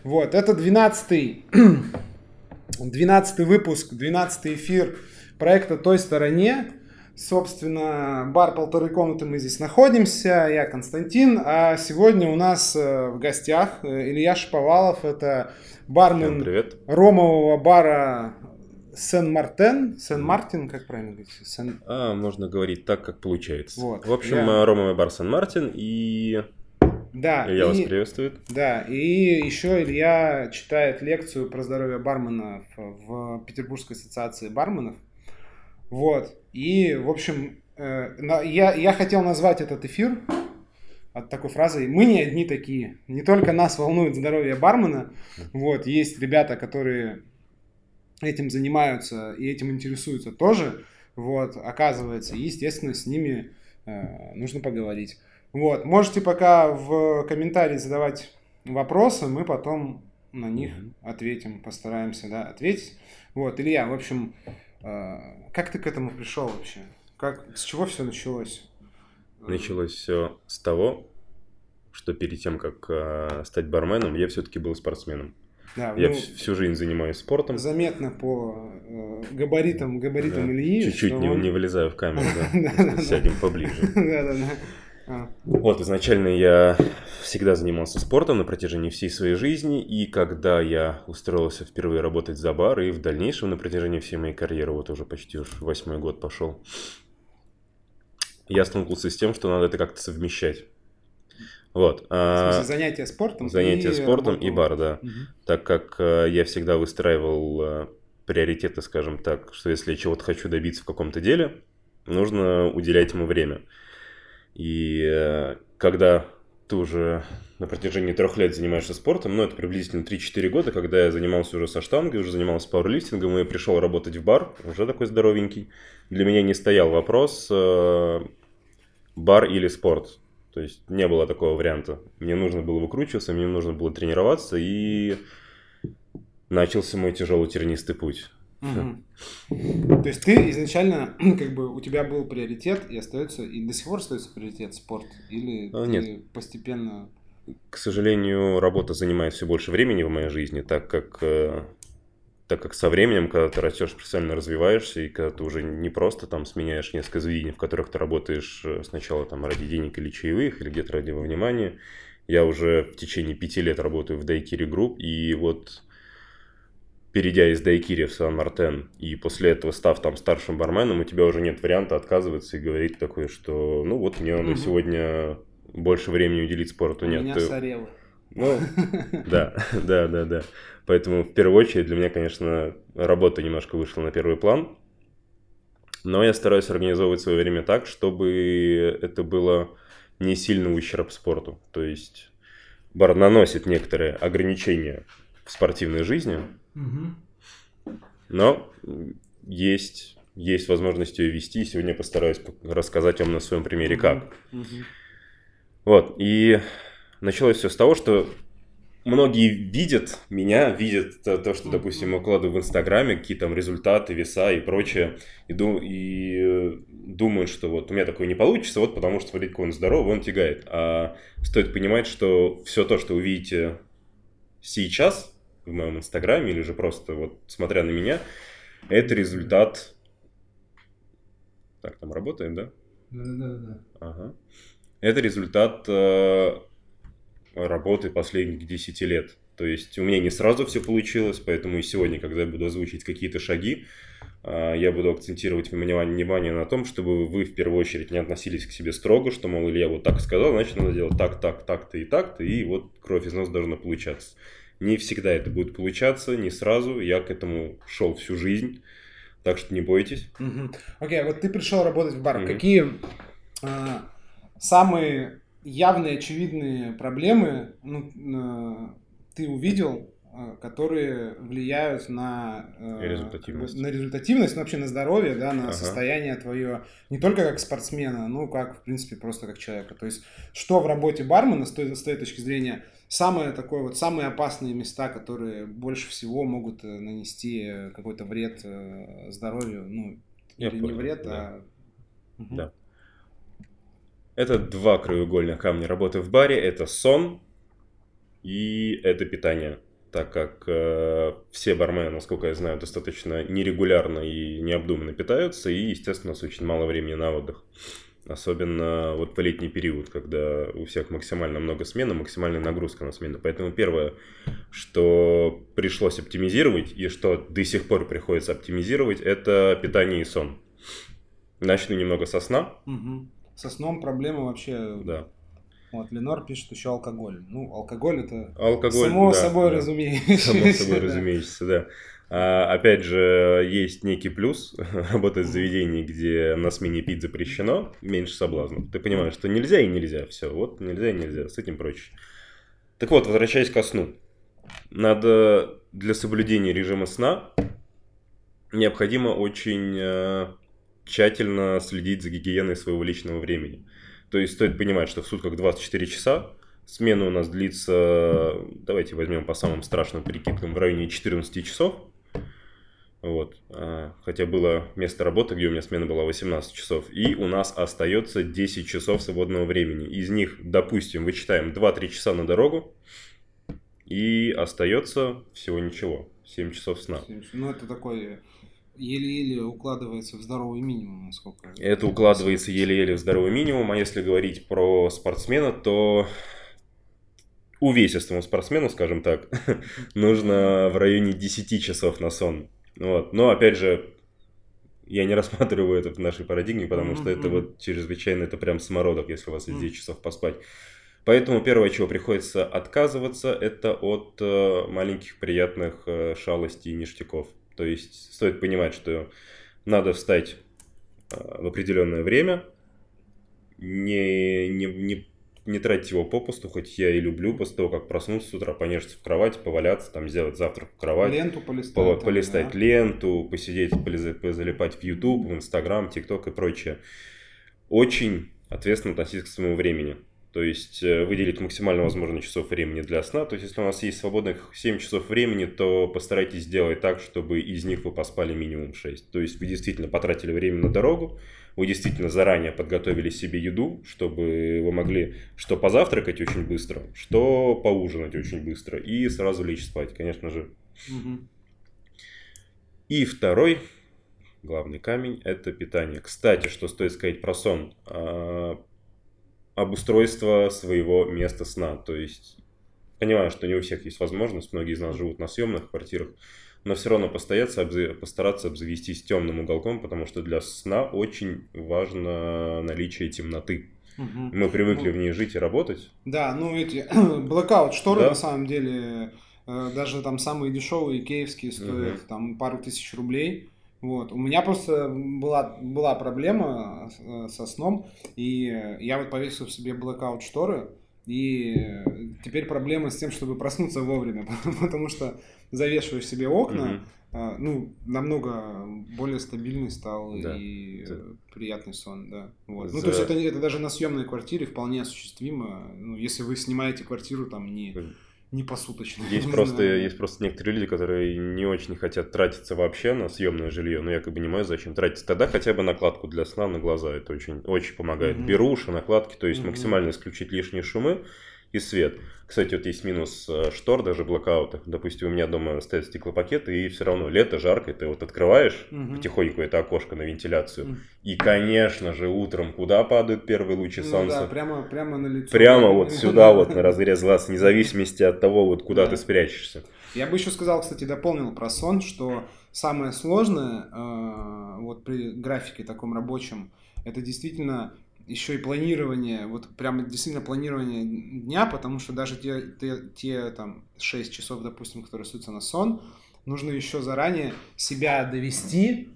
Вот, это 12-й выпуск, 12-й эфир проекта «Той стороне». Собственно, бар «Полторы комнаты», мы здесь находимся, я Константин, а сегодня у нас в гостях Илья Шаповалов, это бармен ромового бара Сен-Мартин, как правильно говорить? Можно говорить так, как получается. Вот. В общем, ромовый бар Сен-Мартин, и да, Илья вас приветствует. Да, и еще Илья читает лекцию про здоровье бармена в Петербургской ассоциации барменов. Вот, и, в общем, я хотел назвать этот эфир от такой фразой: «Мы не одни такие, не только нас волнует здоровье бармена». Вот, есть ребята, которые этим занимаются и этим интересуются тоже, вот, оказывается, и, естественно, с ними нужно поговорить. Вот, можете пока в комментарии задавать вопросы, мы потом на них ответим, постараемся, да, ответить. Вот, Илья, в общем, как ты к этому пришел вообще? С чего все началось? Началось все с того, что перед тем, как стать барменом, я все-таки был спортсменом. Да, я всю жизнь занимаюсь спортом. Заметно по габаритам да, Ильи. Чуть-чуть не вылезаю в камеру, да. Сядем поближе. Вот, изначально я всегда занимался спортом на протяжении всей своей жизни, и когда я устроился впервые работать за бар, и в дальнейшем на протяжении всей моей карьеры, вот уже почти 8-й год пошел, я столкнулся с тем, что надо это как-то совмещать. Вот. В смысле, занятия спортом? Занятия спортом и бар, да. Угу. Так как я всегда выстраивал приоритеты, скажем так, что если я чего-то хочу добиться в каком-то деле, нужно уделять ему время. И когда ты уже на протяжении 3 лет занимаешься спортом, это приблизительно 3-4 года, когда я занимался уже со штангой, уже занимался пауэрлифтингом, и пришел работать в бар, уже такой здоровенький, для меня не стоял вопрос бар или спорт. То есть не было такого варианта. Мне нужно было выкручиваться, мне нужно было тренироваться, и начался мой тяжелый тернистый путь. Угу. То есть ты изначально, у тебя был приоритет и остается, и до сих пор остается приоритет спорт? Или нет. Постепенно... К сожалению, работа занимает все больше времени в моей жизни, так как со временем, когда ты растешь, профессионально развиваешься, и когда ты уже не просто там сменяешь несколько заведений, в которых ты работаешь сначала там ради денег или чаевых, или где-то ради внимания. Я уже в течение 5 лет работаю в Дайкири Групп, и вот перейдя из Дайкири в Сен-Мартен, и после этого став там старшим барменом, у тебя уже нет варианта отказываться и говорить такое, что мне надо сегодня больше времени уделить спорту. Нет, меня сорело. Да. Поэтому в первую очередь для меня, конечно, работа немножко вышла на первый план, но я стараюсь организовывать свое время так, чтобы это было не сильно в ущерб спорту. То есть бар наносит некоторые ограничения в спортивной жизни, но есть возможность ее вести, и сегодня я постараюсь рассказать вам на своем примере как. Вот, и началось все с того, что многие видят то, что, допустим, я укладываю в Инстаграме, какие там результаты, веса и прочее, и думают, что вот у меня такое не получится, вот потому что, смотрите, какой он здоровый, он тягает. А стоит понимать, что все то, что вы видите сейчас в моем Инстаграме, или же просто вот смотря на меня, это результат... Так, там работаем, да? Да. Ага. Это результат работы последних 10 лет. То есть у меня не сразу все получилось, поэтому и сегодня, когда я буду озвучивать какие-то шаги, я буду акцентировать внимание на том, чтобы вы в первую очередь не относились к себе строго, что, мол, или я вот так сказал, значит, надо делать так-то и так-то, и вот кровь из носа должна получаться. Не всегда это будет получаться, не сразу. Я к этому шел всю жизнь, так что не бойтесь. Окей, вот ты пришел работать в бар. Какие самые явные, очевидные проблемы ты увидел, которые влияют на результативность, но вообще на здоровье, да, на состояние твое, не только как спортсмена, как, в принципе, просто как человека. То есть, что в работе бармена, с той точки зрения, самые опасные места, которые больше всего могут нанести какой-то вред здоровью, или не вред, да. Да. Это 2 краеугольных камня работы в баре. Это сон и это питание. так как все бармены, насколько я знаю, достаточно нерегулярно и необдуманно питаются, и, естественно, у нас очень мало времени на отдых. Особенно вот в летний период, когда у всех максимально много смен, максимальная нагрузка на смену. Поэтому первое, что пришлось оптимизировать и что до сих пор приходится оптимизировать, это питание и сон. Начну немного со сна. Угу. Со сном проблема вообще... Да. Вот, Ленор пишет еще алкоголь. Ну, алкоголь это алкоголь, само да, собой да. разумеющееся. Само собой разумеющееся, да. Опять же, есть некий плюс работать в заведении, где на смене пить запрещено, меньше соблазнов. Ты понимаешь, что нельзя и нельзя, все, вот нельзя и нельзя, с этим проще. Так вот, возвращаясь ко сну. Надо для соблюдения режима сна необходимо очень тщательно следить за гигиеной своего личного времени. То есть стоит понимать, что в сутках 24 часа, смена у нас длится, давайте возьмем по самым страшным прикидкам, в районе 14 часов. Вот. Хотя было место работы, где у меня смена была 18 часов. И у нас остается 10 часов свободного времени. Из них, допустим, вычитаем 2-3 часа на дорогу. И остается всего ничего. 7 часов сна. Ну, это такой... Еле-еле укладывается в здоровый минимум, насколько... Это укладывается еле-еле в здоровый минимум. А если говорить про спортсмена, то увесистому спортсмену, скажем так, нужно в районе 10 часов на сон. Вот. Но, опять же, я не рассматриваю это в нашей парадигме, потому что это вот чрезвычайно, это прям самородок, если у вас есть 10 часов поспать. Поэтому первое, от чего приходится отказываться, это от маленьких приятных шалостей и ништяков. То есть стоит понимать, что надо встать в определенное время, не тратить его попусту, хоть я и люблю после того, как проснуться с утра, понежиться в кровати, поваляться, там сделать завтрак в кровати. Ленту полистать. Полистать ленту, посидеть, позалипать в YouTube, в Instagram, TikTok и прочее. Очень ответственно относиться к своему времени. То есть выделить максимально возможно часов времени для сна. То есть если у нас есть свободных 7 часов времени, то постарайтесь сделать так, чтобы из них вы поспали минимум 6. То есть вы действительно потратили время на дорогу, вы действительно заранее подготовили себе еду, чтобы вы могли что позавтракать очень быстро, что поужинать очень быстро и сразу лечь спать, конечно же. Угу. И второй главный камень – это питание. Кстати, что стоит сказать про сон – обустройство своего места сна. То есть, понимаю, что не у всех есть возможность, многие из нас живут на съемных квартирах, но все равно постараться обзавестись темным уголком, потому что для сна очень важно наличие темноты. Угу. Мы привыкли в ней жить и работать. Да, ну эти blackout шторы, Да. На самом деле, даже там самые дешевые киевские стоят там пару тысяч рублей. Вот. У меня просто была проблема со сном, и я вот повесил себе blackout шторы, и теперь проблема с тем, чтобы проснуться вовремя, потому что завешиваешь себе окна, намного более стабильный стал и приятный сон, да. Вот. Ну, то есть это даже на съемной квартире вполне осуществимо, если вы снимаете квартиру там не посуточно. Есть просто некоторые люди, которые не очень хотят тратиться вообще на съемное жилье, но я как бы не понимаю, зачем тратиться. Тогда хотя бы накладку для сна на глаза, это очень, очень помогает. Беруши, накладки, то есть максимально исключить лишние шумы и свет. Кстати, вот есть минус штор, даже блокаутов. Допустим, у меня дома стоят стеклопакеты, и все равно лето, жарко, ты вот открываешь потихоньку это окошко на вентиляцию, и, конечно же, утром куда падают первые лучи солнца? Да, прямо на лицо. Прямо вот сюда, вот на разрез глаз, вне зависимости от того, вот куда ты спрячешься. Я бы еще сказал, кстати, дополнил про сон, что самое сложное вот при графике таком рабочем, это действительно еще и планирование, вот прямо действительно планирование дня, потому что даже те там 6 часов, допустим, которые остаются на сон, нужно еще заранее себя довести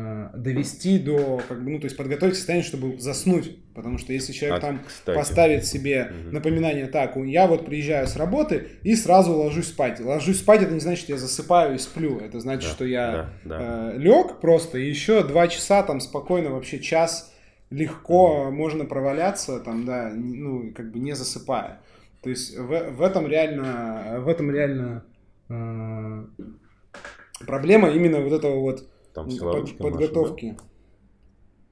до, то есть подготовить к состоянию, чтобы заснуть, потому что если человек поставит себе напоминание, так, я вот приезжаю с работы и сразу ложусь спать. Ложусь спать, это не значит, что я засыпаю и сплю, это значит, что я лег просто, и еще 2 часа там спокойно, вообще час легко можно проваляться, там, да, не засыпая. То есть в этом реально проблема именно вот этого вот подготовки.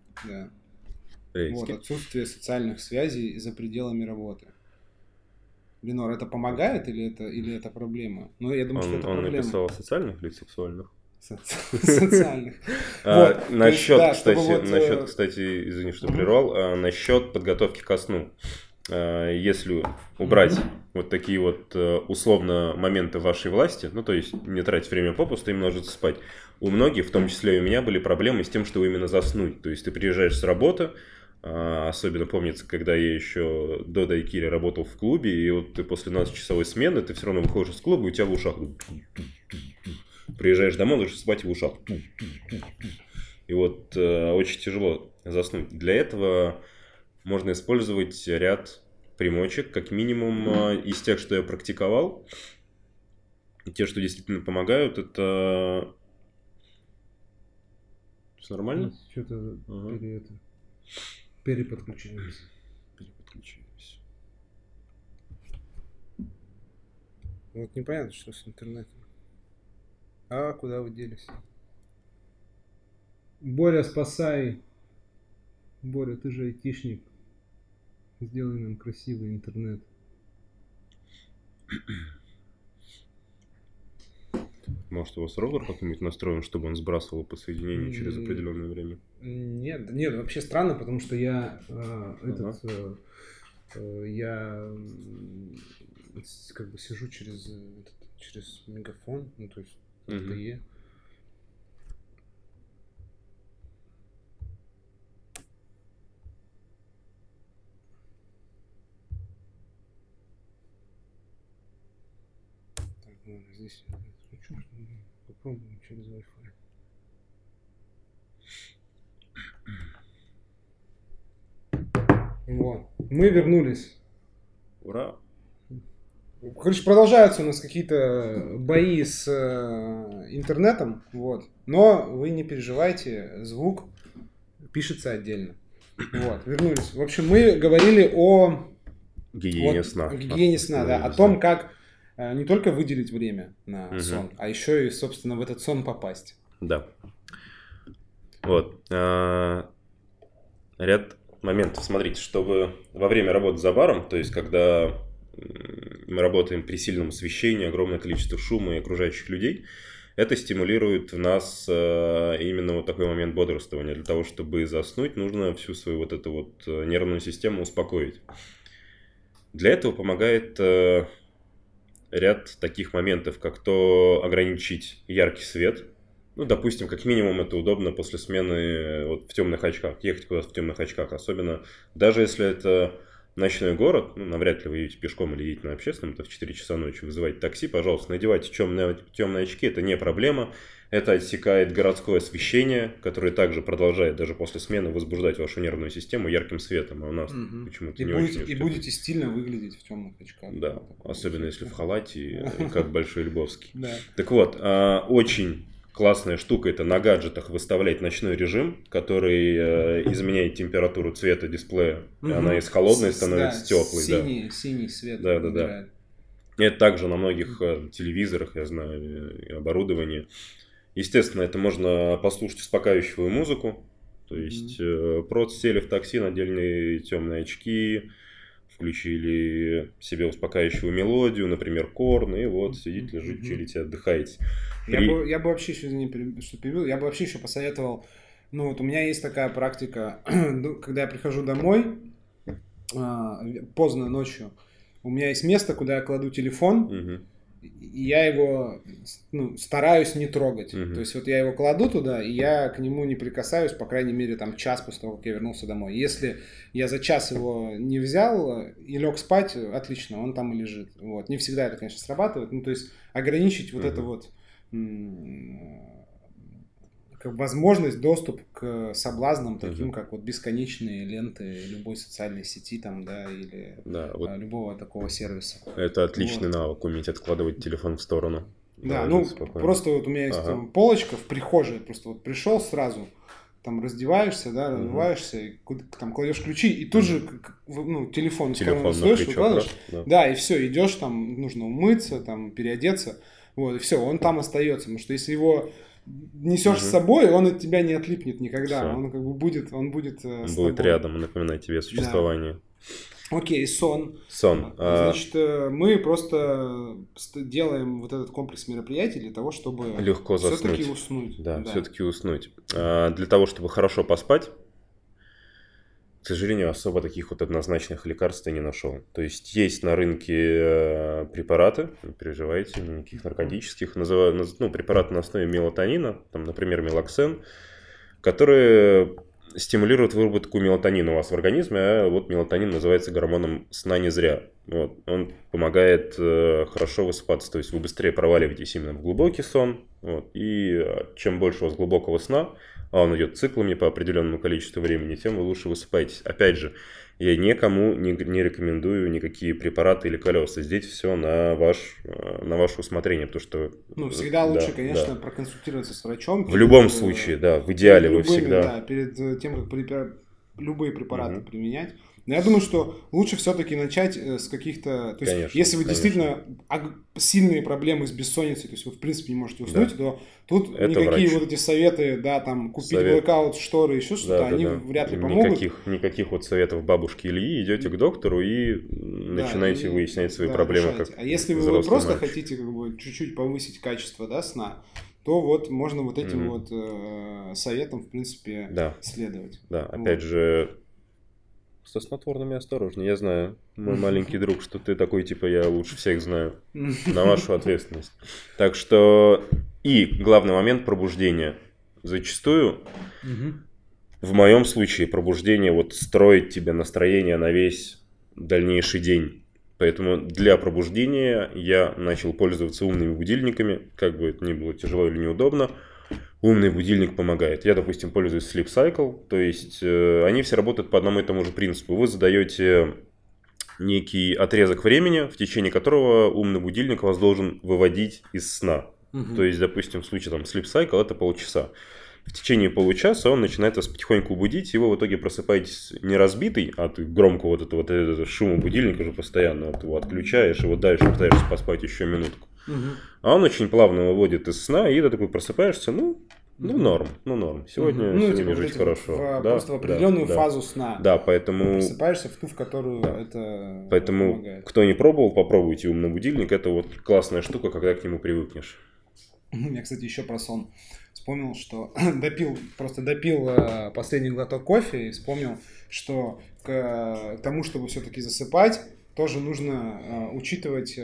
Да. Вот, отсутствие социальных связей за пределами работы. Ленор, это помогает или это проблема? Ну, я думаю, что это Он проблема. написал о социальных или сексуальных? Социальных. Насчет, кстати, извини, что прервал, насчет подготовки ко сну. Если убрать вот такие вот условно моменты вашей власти, ну то есть не тратить время попусту, именно ложиться спать, у многих, в том числе и у меня, были проблемы с тем, что именно заснуть. То есть ты приезжаешь с работы, особенно помнится, когда я еще до Дайкири работал в клубе, и вот ты после 12-часовой смены, ты все равно выходишь из клуба, и у тебя в ушах приезжаешь домой, ложишься спать в ушах. И вот очень тяжело заснуть. Для этого можно использовать ряд примочек, как минимум из тех, что я практиковал. Те, что действительно помогают, это... Все нормально? Что-то переподключились. Вот непонятно, что с интернетом. А куда вы делись? Боря, спасай. Боря, ты же айтишник. Сделай нам красивый интернет. Может, у вас роутер как-нибудь настроен, чтобы он сбрасывал по соединению через определенное время? Нет, вообще странно, потому что я как бы сижу через мегафон, ну то есть LTE. Так, ну здесь попробуем через Wi-Fi. Вот, мы вернулись. Ура! Короче, продолжаются у нас какие-то бои с интернетом, вот. Но вы не переживайте, звук пишется отдельно. Вот, вернулись. В общем, мы говорили о гигиене сна. Гигиене сна, да. О том, как не только выделить время на сон, а еще и, собственно, в этот сон попасть. Да. Вот. Ряд моментов. Смотрите, чтобы во время работы за баром, то есть когда мы работаем при сильном освещении, огромное количество шума и окружающих людей, это стимулирует в нас именно вот такой момент бодрствования. Для того, чтобы заснуть, нужно всю свою вот эту вот нервную систему успокоить. Для этого помогает ряд таких моментов, как то ограничить яркий свет. Ну, допустим, как минимум это удобно после смены вот в темных очках, ехать куда-то в темных очках. Особенно, даже если это ночной город, ну, навряд ли вы едете пешком или едете на общественном, это в 4 часа ночи вызывайте такси, пожалуйста, надевайте темные очки, это не проблема. Это отсекает городское освещение, которое также продолжает даже после смены возбуждать вашу нервную систему ярким светом, а у нас почему-то не очень. И будете стильно выглядеть в темных очках. Да, особенно если в халате, как Большой Львовский. Да. Так вот, очень классная штука — это на гаджетах выставлять ночной режим, который изменяет температуру цвета дисплея. И она из холодной становится теплой. Синий свет. Да. Это также на многих телевизорах, я знаю, и оборудовании. Естественно, это можно послушать успокаивающую музыку. То есть просто сели в такси, надели темные очки, включили себе успокаивающую мелодию, например, Корн, и вот сидите, лежите, чилите, отдыхаете. Я бы вообще еще, что перебил, я бы вообще еще посоветовал, ну вот у меня есть такая практика, когда я прихожу домой поздно ночью, у меня есть место, куда я кладу телефон, и я его стараюсь не трогать. То есть вот я его кладу туда, и я к нему не прикасаюсь, по крайней мере, там час после того, как я вернулся домой. Если я за час его не взял и лег спать, отлично, он там и лежит. Вот. Не всегда это, конечно, срабатывает. Ну, то есть ограничить вот это вот возможность, доступ к соблазнам, таким как вот бесконечные ленты любой социальной сети там, да, или любого такого сервиса. Это отличный навык, уметь откладывать телефон в сторону. Да, просто вот у меня есть там полочка в прихожей, просто вот пришел сразу, там раздеваешься, да, разуваешься, и там кладешь ключи, и тут же телефон стоишь, выкладываешь, да, и все, идешь там, нужно умыться, там, переодеться, вот, и все, он там остается, потому что если его несешь с собой, он от тебя не отлипнет никогда. Все. Он как бы будет рядом, напоминать тебе о существовании. Окей, сон. Сон. Значит, мы просто делаем вот этот комплекс мероприятий для того, чтобы легко все-таки уснуть. Да, все-таки уснуть. Для того, чтобы хорошо поспать, к сожалению, особо таких вот однозначных лекарств я не нашел. То есть на рынке препараты, не переживайте, никаких наркотических, препараты на основе мелатонина, там, например, мелоксен, которые стимулируют выработку мелатонина у вас в организме, а вот мелатонин называется гормоном сна не зря. Вот. Он помогает хорошо высыпаться, то есть вы быстрее проваливаетесь именно в глубокий сон, вот. И чем больше у вас глубокого сна, а он идет циклами по определенному количеству времени, тем вы лучше высыпаетесь. Опять же, я никому не рекомендую никакие препараты или колеса. Здесь все на ваше усмотрение, потому что... всегда лучше, конечно, проконсультироваться с врачом. В любом случае, да, в идеале вы всегда... Да, перед тем, как любые препараты применять. Но я думаю, что лучше все-таки начать с каких-то... То есть, конечно, если вы действительно сильные проблемы с бессонницей, то есть вы в принципе не можете уснуть, то тут это никакие вот эти советы, да, там, купить блэкаут, шторы, еще что-то, они вряд ли помогут. Никаких вот советов бабушки Ильи, идете к доктору и начинаете выяснять свои проблемы. Как а если вы просто хотите как бы чуть-чуть повысить качество сна, то вот можно вот этим вот советам, в принципе, следовать. Да, опять же... Со снотворными осторожнее. Я знаю, мой маленький друг, что ты такой, типа, я лучше всех знаю. На вашу ответственность. Так что... И главный момент – пробуждение. Зачастую, в моем случае, пробуждение вот строит тебе настроение на весь дальнейший день. Поэтому для пробуждения я начал пользоваться умными будильниками. Как бы это ни было тяжело или неудобно. Умный будильник помогает. Я, допустим, пользуюсь Sleep Cycle, то есть они все работают по одному и тому же принципу. Вы задаете некий отрезок времени, в течение которого умный будильник вас должен выводить из сна. То есть, допустим, в случае Sleep Cycle это полчаса. В течение получаса он начинает вас потихоньку будить, и вы в итоге просыпаетесь не разбитый от громкого вот этого шума будильника уже постоянно. Вот его отключаешь, и вот дальше пытаешься поспать еще минутку. А он очень плавно выводит из сна, и ты такой просыпаешься, норм. Сегодня жить хорошо. Просто в определенную фазу сна. Да, поэтому... Просыпаешься в ту, в которую это Поэтому, помогает. Кто не пробовал, попробуйте умный будильник. Это вот классная штука, когда к нему привыкнешь. Я, кстати, еще про сон вспомнил, что допил последний глоток кофе и вспомнил, что к тому, чтобы все-таки засыпать, тоже нужно учитывать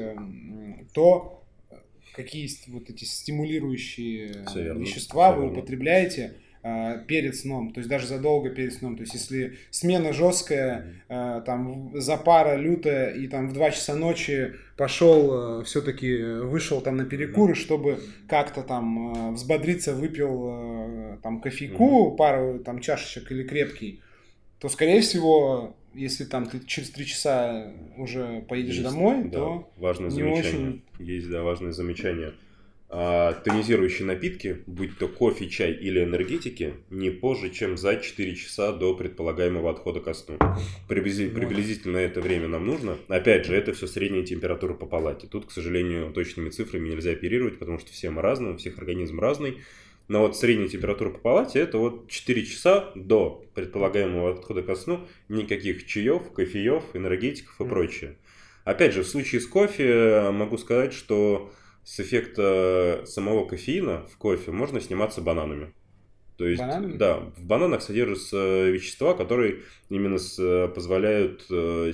то, какие вот эти стимулирующие вещества вы употребляете перед сном, то есть даже задолго перед сном. То есть если смена жесткая, там запара лютая, и там в 2 часа ночи пошел, все-таки вышел там на перекуры, чтобы как-то там взбодриться, выпил там кофейку, пару там чашечек или крепкий, то скорее всего... Если там ты через 3 часа уже поедешь домой, то важное не замечание. очень... Есть, важное замечание. Тонизирующие напитки, будь то кофе, чай или энергетики, не позже, чем за 4 часа до предполагаемого отхода ко сну. Приблизительно это время нам нужно. Опять же, это все средняя температура по палате. Тут, к сожалению, точными цифрами нельзя оперировать, потому что все мы разные, у всех организм разный. Но вот средняя температура по палате это вот 4 часа до предполагаемого отхода ко сну, никаких чаев, кофеев, энергетиков и прочее. Опять же, в случае с кофе могу сказать, что с эффекта самого кофеина в кофе можно сниматься бананами. То есть, в бананах содержатся вещества, которые именно позволяют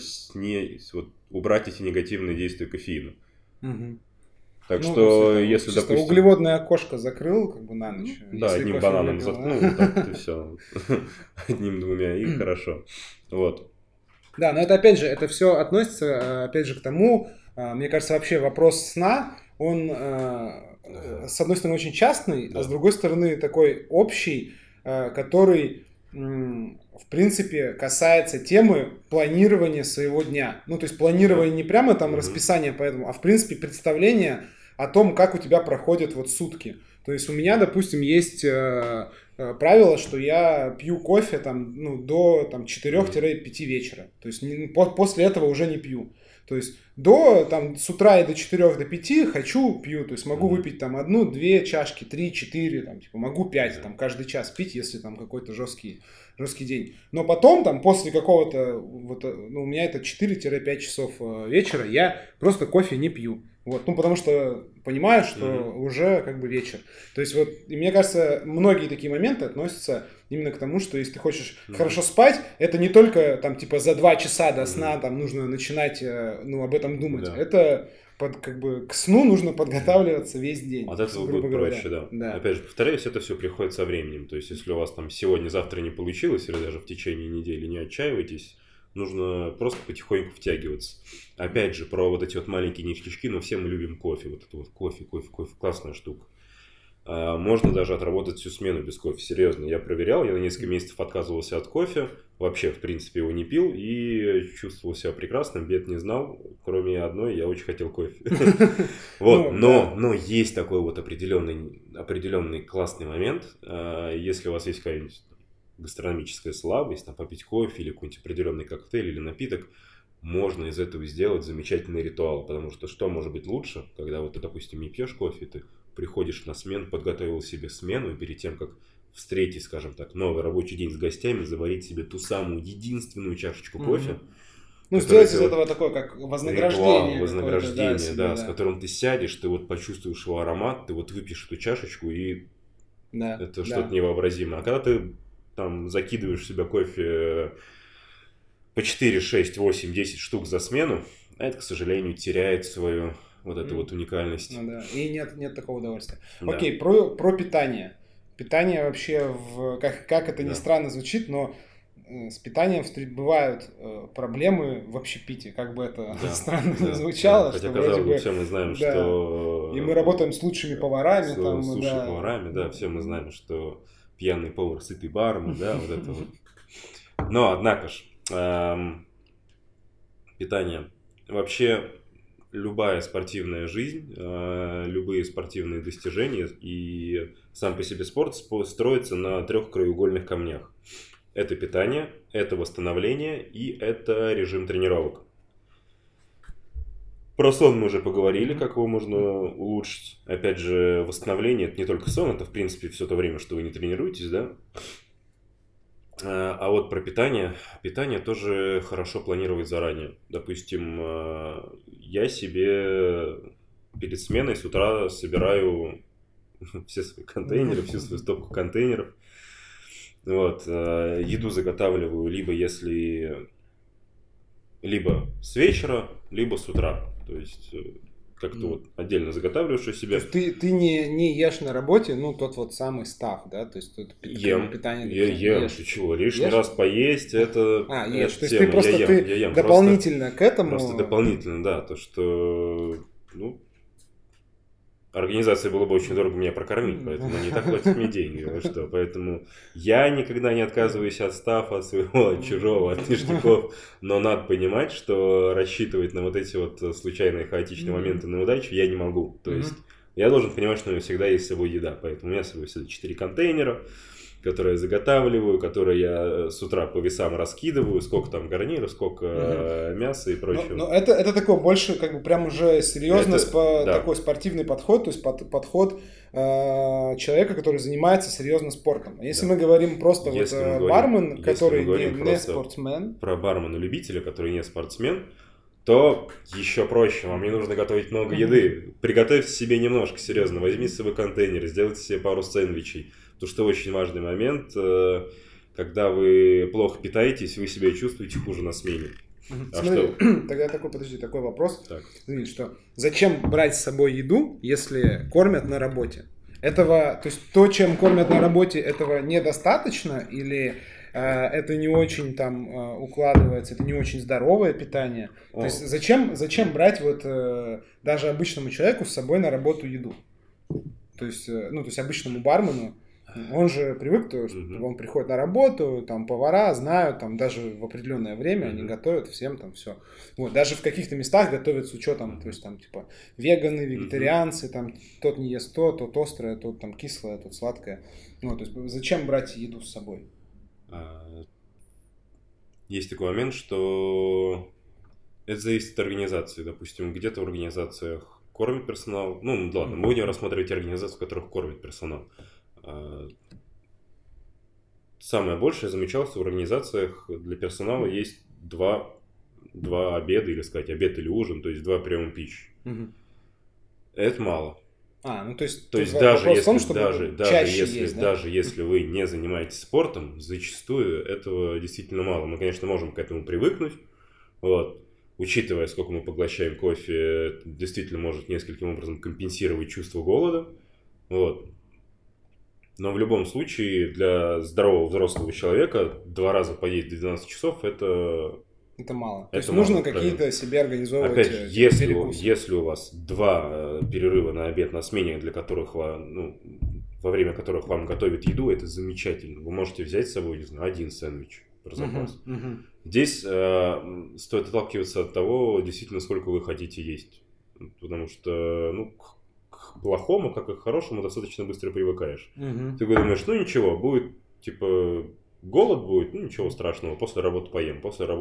убрать эти негативные действия кофеина. Так что, если, допустим... Углеводное окошко закрыл, как бы на ночь. Да, одним бананом заткнул, так и все. Одним-двумя, и хорошо. Вот. Да, но это, опять же, это все относится, опять же, к тому, мне кажется, вообще вопрос сна, он, с одной стороны, очень частный, а с другой стороны, такой общий, который... в принципе, касается темы планирования своего дня. Ну, то есть, планирование не прямо там расписание поэтому, а в принципе, представление о том, как у тебя проходят вот сутки. То есть, у меня, допустим, есть правило, что я пью кофе там, до 4-5 вечера. То есть, после этого уже не пью. То есть с утра и до 4 до 5 хочу, пью. То есть могу выпить там 1-2 чашки, 3-4, там, типа, могу 5 там, каждый час пить, если там какой-то жесткий день. Но потом, там, после какого-то, у меня это 4-5 часов вечера, я просто кофе не пью. Вот, потому что понимаю, что уже как бы вечер. То есть и мне кажется, многие такие моменты относятся именно к тому, что если ты хочешь хорошо спать, это не только там типа за 2 часа до сна там нужно начинать об этом думать. Да. Это к сну нужно подготавливаться весь день. От этого будет проще, да. Опять же, повторяюсь, это все приходит со временем. То есть, если у вас там сегодня-завтра не получилось, или даже в течение недели, не отчаивайтесь. Нужно просто потихоньку втягиваться. Опять же, про вот эти вот маленькие ништячки, но все мы любим кофе. Вот это вот кофе, классная штука. Можно даже отработать всю смену без кофе, серьезно. Я проверял, я на несколько месяцев отказывался от кофе. Вообще, в принципе, его не пил и чувствовал себя прекрасно, бед не знал. Кроме одной, я очень хотел кофе. Вот, но есть такой вот определенный классный момент. Если у вас есть какая-нибудь гастрономическая слабость, там, попить кофе или какой-нибудь определенный коктейль или напиток, можно из этого сделать замечательный ритуал. Потому что может быть лучше, когда вот ты, допустим, не пьешь кофе, ты приходишь на смену, подготовил себе смену, и перед тем, как встретить, скажем так, новый рабочий день с гостями, заварить себе ту самую единственную чашечку кофе. Сделать из этого такое, как вознаграждение. Вознаграждение, да, с которым ты сядешь, ты вот почувствуешь его аромат, ты вот выпьешь эту чашечку, и это что-то невообразимое. А когда ты там закидываешь в себя кофе по 4, 6, 8, 10 штук за смену, это, к сожалению, теряет свою вот эту вот уникальность. И нет такого удовольствия. Окей, про питание. Питание вообще, как это ни странно звучит, но с питанием бывают проблемы в общепите, как бы это странно не звучало. Хотя, казалось бы, все мы знаем, что... И мы работаем с лучшими поварами. С лучшими поварами, все мы знаем, что пьяный повар, сытый бармен, вот это вот. Но, однако ж, питание. Вообще, любая спортивная жизнь, любые спортивные достижения и сам по себе спорт строится на 3 краеугольных камнях. Это питание, это восстановление и это режим тренировок. Про сон мы уже поговорили, как его можно улучшить. Опять же, восстановление – это не только сон, это, в принципе, все то время, что вы не тренируетесь, да? А вот про питание. Питание тоже хорошо планировать заранее. Допустим, я себе перед сменой с утра собираю все свои контейнеры, всю свою стопку контейнеров. Вот, еду заготавливаю либо с вечера, либо с утра. То есть как-то вот отдельно заготавливаешь у себя. То есть ты не ешь на работе, тот вот самый став, да? То есть тут питание. Ем. Ты чего? Лишний раз поесть, это... ешь. То есть ты просто дополнительно к этому... Просто дополнительно, да. То, что... Организации было бы очень дорого меня прокормить, поэтому они так платят мне деньги. Поэтому я никогда не отказываюсь от стафа, от своего, от чужого, от ништяков. Но надо понимать, что рассчитывать на вот эти вот случайные хаотичные моменты на удачу я не могу. То есть я должен понимать, что у меня всегда есть с собой еда. Поэтому у меня с собой всегда 4 контейнера, которые я заготавливаю, которые я с утра по весам раскидываю, сколько там гарнира, сколько мяса и прочего. Но это такой больше как бы прям уже серьезно такой спортивный подход, то есть подход человека, который занимается серьезно спортом. Если мы говорим просто бармен, который не спортсмен. Про бармена-любителя, который не спортсмен, то еще проще. Вам не нужно готовить много еды. Приготовьте себе немножко, серьезно. Возьмите с собой контейнер, сделайте себе пару сэндвичей. Потому что очень важный момент, когда вы плохо питаетесь, вы себя чувствуете хуже на смене. Смотри, тогда такой вопрос. Смотри, что зачем брать с собой еду, если кормят на работе? То есть то, чем кормят на работе, этого недостаточно или это не очень там укладывается, это не очень здоровое питание? То есть зачем брать даже обычному человеку с собой на работу еду? То есть обычному бармену. Он же привык, то есть он приходит на работу, там повара знают, там даже в определенное время они готовят всем там все. Вот, даже в каких-то местах готовят с учетом, то есть там типа веганы, вегетарианцы, там тот не ест тот острое, тот там кислое, тот сладкое. То есть зачем брать еду с собой? Есть такой момент, что Это зависит от организации. Допустим, где-то в организациях кормят персонал. Ну, ладно, мы будем рассматривать организации, в которых кормят персонал. Самое большее замечалось, что в организациях для персонала есть два обеда, или сказать, обед или ужин, то есть 2 приема пищи. Это мало. Ну, то есть даже если вы не занимаетесь спортом, зачастую этого действительно мало. Мы, конечно, можем к этому привыкнуть. Вот. Учитывая, сколько мы поглощаем кофе, это действительно может нескольким образом компенсировать чувство голода. Вот. Но в любом случае, для здорового взрослого человека 2 раза поесть до 12 часов это мало. То есть нужно какие-то себе организовывать. Опять же, если у вас 2 перерыва на обед на смене, для которых во время которых вам готовят еду, это замечательно. Вы можете взять с собой, не знаю, 1 сэндвич про запас. Здесь стоит отталкиваться от того, действительно, сколько вы хотите есть. Потому что, к плохому, как и к хорошему, достаточно быстро привыкаешь. Ты думаешь, ничего, будет, голод будет, ничего страшного, после работы поем.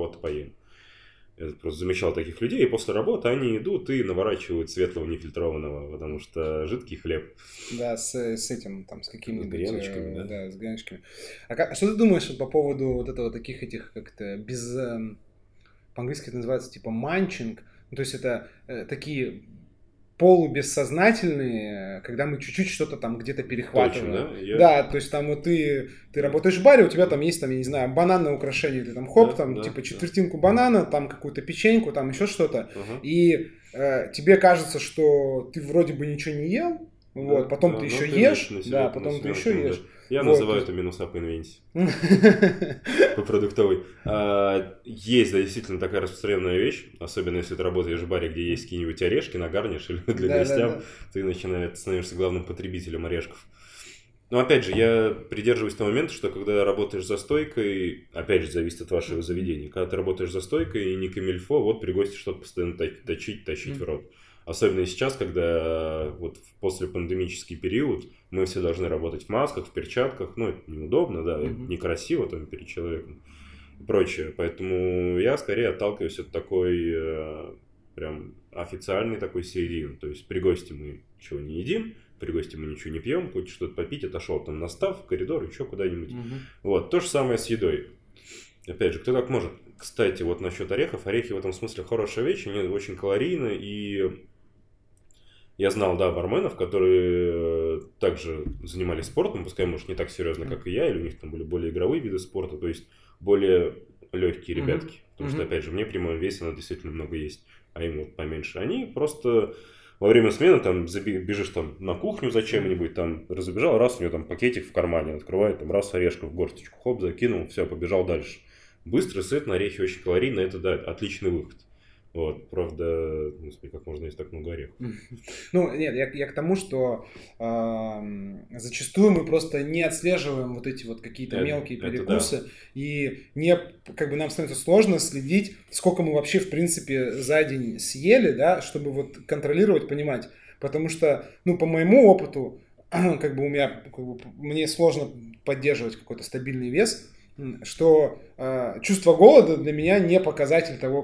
Я просто замечал таких людей, и после работы они идут и наворачивают светлого нефильтрованного, потому что жидкий хлеб. Да, с этим, с какими-нибудь... С греночками, да? Да, с греночками. Что ты думаешь по поводу вот этого, таких этих, как-то, по-английски это называется, манчинг, то есть это такие полубессознательные, когда мы чуть-чуть что-то где-то перехватываем. Точно, да? То есть ты работаешь в баре, у тебя есть я не знаю, бананное украшение, ты четвертинку банана, какую-то печеньку, еще что-то, и тебе кажется, что ты вроде бы ничего не ел, потом ты еще ешь, потом ты еще ешь. Я называю это минуса по инвенции. По продуктовой. Есть, действительно такая распространенная вещь, особенно если ты работаешь в баре, где есть какие-нибудь орешки на гарниш или для гостям, ты становишься главным потребителем орешков. Но опять же, я придерживаюсь того момента, что когда работаешь за стойкой, опять же, зависит от вашего заведения, когда ты работаешь за стойкой и не камильфо, при гости что-то постоянно тащить в рот. Особенно и сейчас, когда в послепандемический период мы все должны работать в масках, в перчатках. Это неудобно, да, некрасиво перед человеком и прочее. Поэтому я скорее отталкиваюсь от такой прям официальной такой середины. То есть при гости мы ничего не едим, при гости мы ничего не пьем, хочешь что-то попить, отошел на став, в коридор, еще куда-нибудь. То же самое с едой. Опять же, кто так может? Кстати, насчет орехов. Орехи в этом смысле хорошая вещь, они очень калорийны, и я знал, барменов, которые также занимались спортом, пускай, может, не так серьезно, как и я, или у них были более игровые виды спорта, то есть более легкие ребятки. Потому что, опять же, мне при моем весе надо действительно много есть, а им поменьше. Они просто во время смены бежишь на кухню за чем-нибудь, разбежал, раз у него пакетик в кармане, открывает, раз орешков в горсточку, хоп, закинул, все, побежал дальше. Быстро, сытно, орехи очень калорийно, это, да, отличный выход. Правда, как можно есть так много орехов? Нет, я к тому, что зачастую мы просто не отслеживаем эти какие-то мелкие перекусы, и нам становится сложно следить, сколько мы вообще, в принципе, за день съели, да, чтобы контролировать, понимать. Потому что, по моему опыту, мне сложно поддерживать какой-то стабильный вес, что чувство голода для меня не показатель того,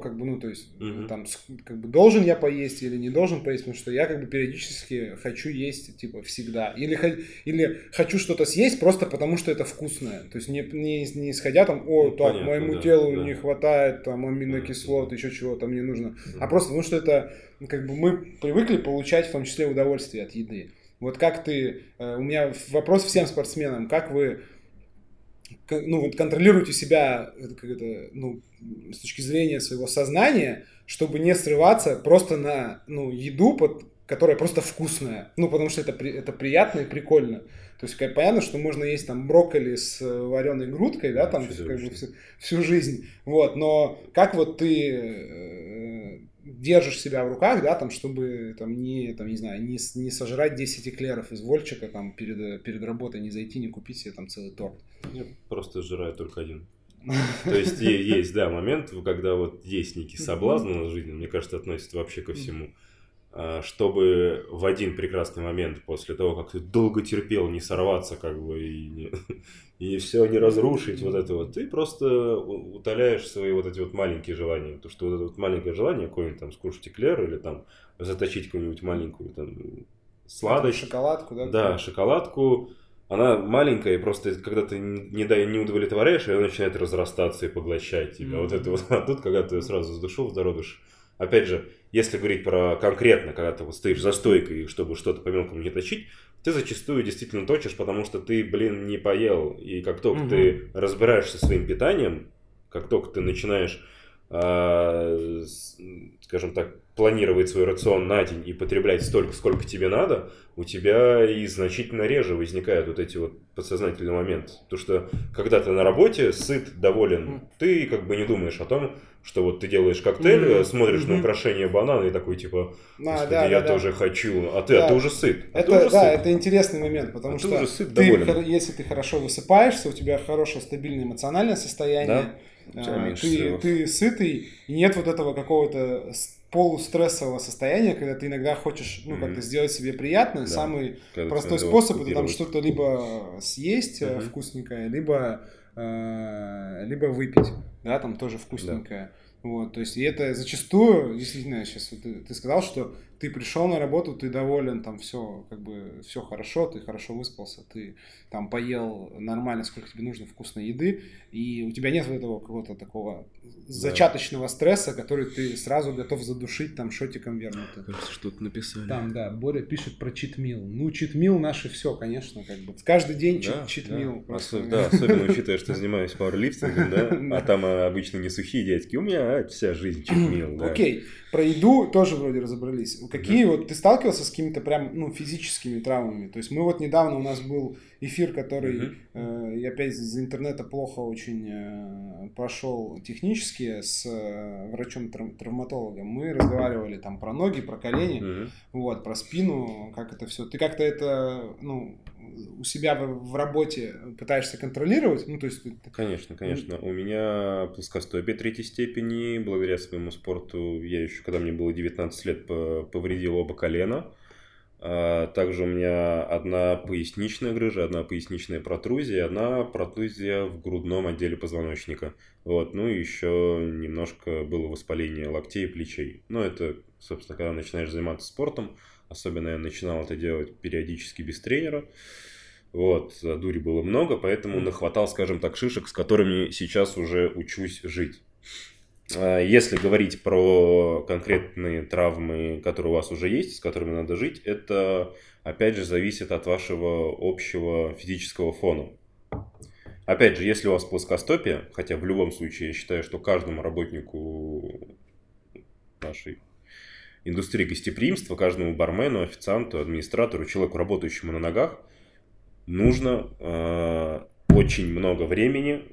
должен я поесть или не должен поесть, потому что я периодически хочу есть, всегда. Или хочу что-то съесть просто потому, что это вкусное. То есть не исходя понятно, моему телу не хватает аминокислот, еще чего-то мне нужно. А просто потому, что это, мы привыкли получать в том числе удовольствие от еды. Как ты, у меня вопрос всем спортсменам, как вы контролируйте себя с точки зрения своего сознания, чтобы не срываться просто на еду, которая просто вкусная. Потому что это приятно и прикольно. То есть понятно, что можно есть брокколи с вареной грудкой, да, всю жизнь. Но как ты держишь себя в руках, да, чтобы не сожрать 10 эклеров из Вольчика перед работой, не зайти, не купить себе целый торт. Я просто сжираю только один. То есть есть, да, момент, когда есть некий соблазн на жизнь, мне кажется, относится вообще ко всему. чтобы в один прекрасный момент после того, как ты долго терпел, не сорваться как бы и все не разрушить вот это вот, ты просто утоляешь свои вот эти вот маленькие желания. То, что вот это вот маленькое желание, какой-нибудь там скушать эклер или там заточить какую-нибудь маленькую там сладость. Шоколадку, да? Да, шоколадку. Она маленькая, и просто когда ты не удовлетворяешь, она начинает разрастаться и поглощать тебя. Вот это вот. А тут, когда ты сразу с душой в зародыш. Опять же, если говорить про конкретно, когда ты вот стоишь за стойкой, чтобы что-то по мелкому не точить, ты зачастую действительно точишь, потому что ты, не поел. И как только ты разбираешься со своим питанием, как только ты начинаешь, скажем так, планировать свой рацион на день и потреблять столько, сколько тебе надо, у тебя и значительно реже возникают вот эти вот подсознательные моменты. Потому что когда ты на работе, сыт, доволен, ты как бы не думаешь о том, что вот ты делаешь коктейль, смотришь на украшение банана и такой типа, господи, я тоже хочу, а ты уже сыт. Это интересный момент, потому что уже сыт, доволен. Если ты хорошо высыпаешься, у тебя хорошее стабильное эмоциональное состояние, ты сытый, и нет вот этого какого-то полустрессового состояния, когда ты иногда хочешь, как-то сделать себе приятно. Самый простой способ — это там что-то либо съесть вкусненькое, либо выпить, да, там тоже вкусненькое. Вот, то есть, и это зачастую, действительно, сейчас вот ты сказал, что ты пришел на работу, ты доволен, там все, как бы, все хорошо, ты хорошо выспался, ты там поел нормально, сколько тебе нужно вкусной еды, и у тебя нет вот этого какого-то такого зачаточного стресса, который ты сразу готов задушить там шотиком вернутым. Кажется, что-то написали. Там, да, Боря пишет про читмил. Ну, читмил наше все, конечно, как бы. Каждый день читмил. Да, особенно учитывая, что занимаюсь пауэрлифтингом, да, а там обычно не сухие дядьки. У меня вся жизнь читмил, да. Окей, про еду тоже вроде разобрались. Какие вот ты сталкивался с какими-то прям, физическими травмами? То есть мы вот недавно, у нас был эфир, который, я опять из интернета плохо очень прошел технически с врачом-травматологом. Мы разговаривали там про ноги, про колени, вот, про спину, как это все. Ты как-то это, у себя в работе пытаешься контролировать? Ну, то есть... Конечно. У меня плоскостопие третьей степени. Благодаря своему спорту я еще, когда мне было 19 лет, повредил оба колена. Также у меня одна поясничная грыжа, одна поясничная протрузия, одна протрузия в грудном отделе позвоночника. Вот. Ну и еще немножко было воспаление локтей и плечей. Но это, собственно, когда начинаешь заниматься спортом. Особенно я начинал это делать периодически без тренера. Вот, дури было много, поэтому нахватал, скажем так, шишек, с которыми сейчас уже учусь жить. Если говорить про конкретные травмы, которые у вас уже есть, с которыми надо жить, это, опять же, зависит от вашего общего физического фона. Опять же, если у вас плоскостопие, хотя в любом случае я считаю, что каждому работнику нашей индустрии гостеприимства, каждому бармену, официанту, администратору, человеку, работающему на ногах, нужно очень много внимания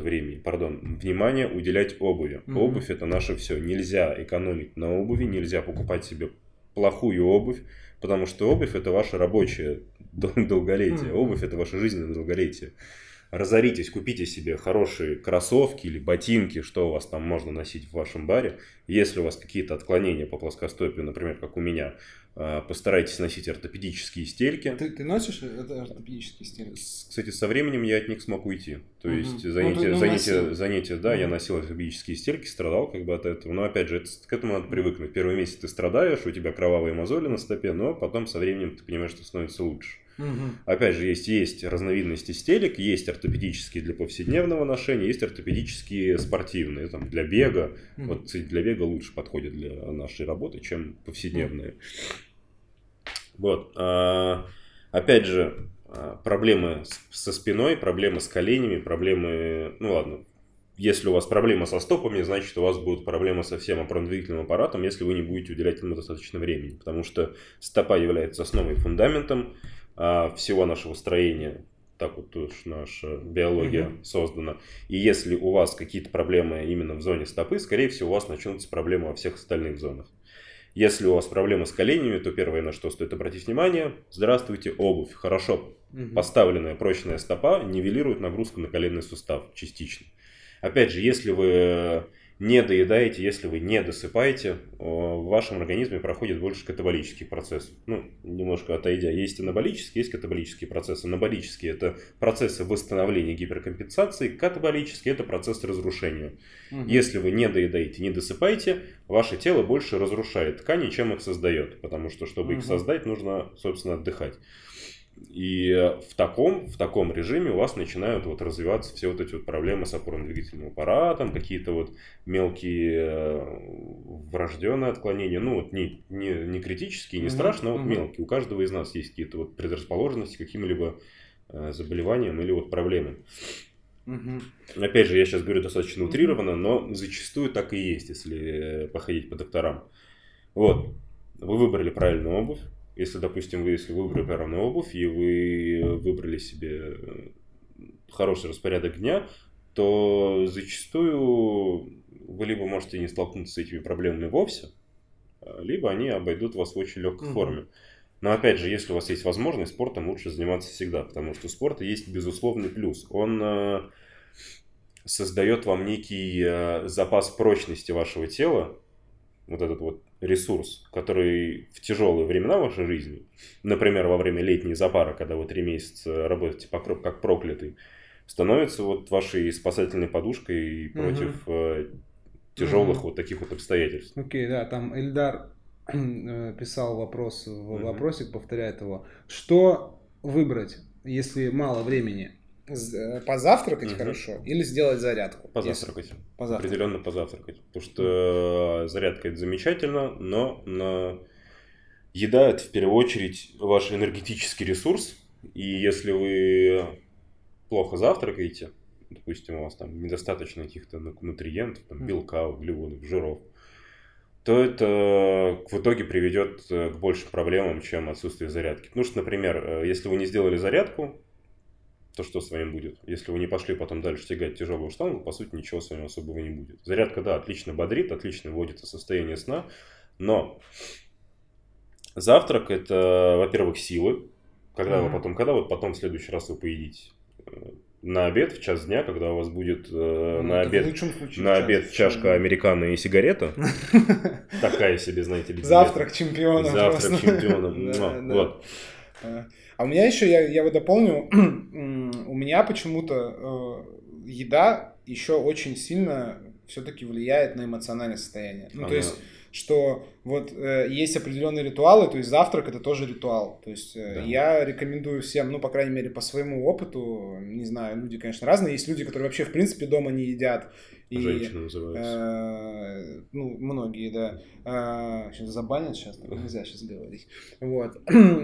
уделять обуви. Обувь — это наше все. Нельзя экономить на обуви, нельзя покупать себе плохую обувь, потому что обувь — это ваше рабочее долголетие. Обувь — это ваше жизненное долголетие. Разоритесь, купите себе хорошие кроссовки или ботинки, что у вас там можно носить в вашем баре. Если у вас какие-то отклонения по плоскостопию, например, как у меня, постарайтесь носить ортопедические стельки. Ты носишь ортопедические стельки? Кстати, со временем я от них смог уйти. То есть занятия, да, я носил ортопедические стельки, страдал как бы от этого. Но опять же, к этому надо привыкнуть. Первый месяц ты страдаешь, у тебя кровавые мозоли на стопе, но потом со временем ты понимаешь, что становится лучше. Опять же, есть разновидности стелек, есть ортопедические для повседневного ношения, есть ортопедические спортивные, там, для бега. Вот, кстати, для бега лучше подходят для нашей работы, чем повседневные. Вот. Опять же, проблемы со спиной, проблемы с коленями, проблемы... Ну ладно, если у вас проблема со стопами, значит, у вас будут проблемы со всем опорно-двигательным аппаратом, если вы не будете уделять ему достаточно времени. Потому что стопа является основой и фундаментом всего нашего строения. Так вот уж наша биология создана. И если у вас какие-то проблемы именно в зоне стопы, скорее всего, у вас начнутся проблемы во всех остальных зонах. Если у вас проблемы с коленями, то первое, на что стоит обратить внимание, здравствуйте, обувь. Хорошо поставленная прочная стопа нивелирует нагрузку на коленный сустав частично. Опять же, если вы не доедаете, если вы не досыпаете, в вашем организме проходит больше катаболический процесс. Ну, немножко отойдя. Есть анаболические, есть катаболические процессы. Анаболические – это процессы восстановления гиперкомпенсации, катаболические – это процесс разрушения. Если вы не доедаете, не досыпаете, ваше тело больше разрушает ткани, чем их создает. Потому что, чтобы их создать, нужно, собственно, отдыхать. И в таком режиме у вас начинают вот развиваться все вот эти вот проблемы с опорно-двигательным аппаратом, какие-то вот мелкие врожденные отклонения, ну вот не критические, не страшные, а вот мелкие. У каждого из нас есть какие-то вот предрасположенности к каким-либо заболеваниям или вот проблемам. Опять же, я сейчас говорю достаточно утрированно, но зачастую так и есть, если походить по докторам. Вот, вы выбрали правильную обувь. Если, допустим, вы выбрали правильную обувь и вы выбрали себе хороший распорядок дня, то зачастую вы либо можете не столкнуться с этими проблемами вовсе, либо они обойдут вас в очень легкой форме. Но опять же, если у вас есть возможность, спортом лучше заниматься всегда, потому что у спорта есть безусловный плюс. Он создает вам некий запас прочности вашего тела, вот этот вот ресурс, который в тяжелые времена вашей жизни, например, во время летней запары, когда вы 3 месяца работаете как проклятый, становится вот вашей спасательной подушкой против тяжелых вот таких вот обстоятельств. Окей, да, там Эльдар писал вопрос в вопросик, повторяет его. Что выбрать, если мало времени? Позавтракать хорошо или сделать зарядку? Позавтракать. Определенно позавтракать. Потому что зарядка это замечательно, но еда это в первую очередь ваш энергетический ресурс. И если вы плохо завтракаете, допустим, у вас там недостаточно каких-то нутриентов, там, белка, углеводов, жиров, то это в итоге приведет к большим проблемам, чем отсутствие зарядки. Потому что, например, если вы не сделали зарядку, то что с вами будет? Если вы не пошли потом дальше тягать тяжелую штангу, по сути, ничего с вами особого не будет. Зарядка, да, отлично бодрит, отлично вводит в состояние сна, но завтрак – это, во-первых, силы. Когда вот потом в следующий раз вы поедите? На обед в час дня, когда у вас будет на обед чашка американо и сигарета. Такая себе, знаете ли. Завтрак чемпиона. Завтрак чемпиона. Вот. А у меня еще, я вот дополню, у меня почему-то еда еще очень сильно все-таки влияет на эмоциональное состояние. Ну, то есть, что вот есть определенные ритуалы, то есть завтрак это тоже ритуал. То есть я рекомендую всем, ну, по крайней мере, по своему опыту, не знаю, люди, конечно, разные. Есть люди, которые вообще, в принципе, дома не едят. Женщины называются. Ну, многие, да. Сейчас забанят, сейчас нельзя сейчас говорить. Вот.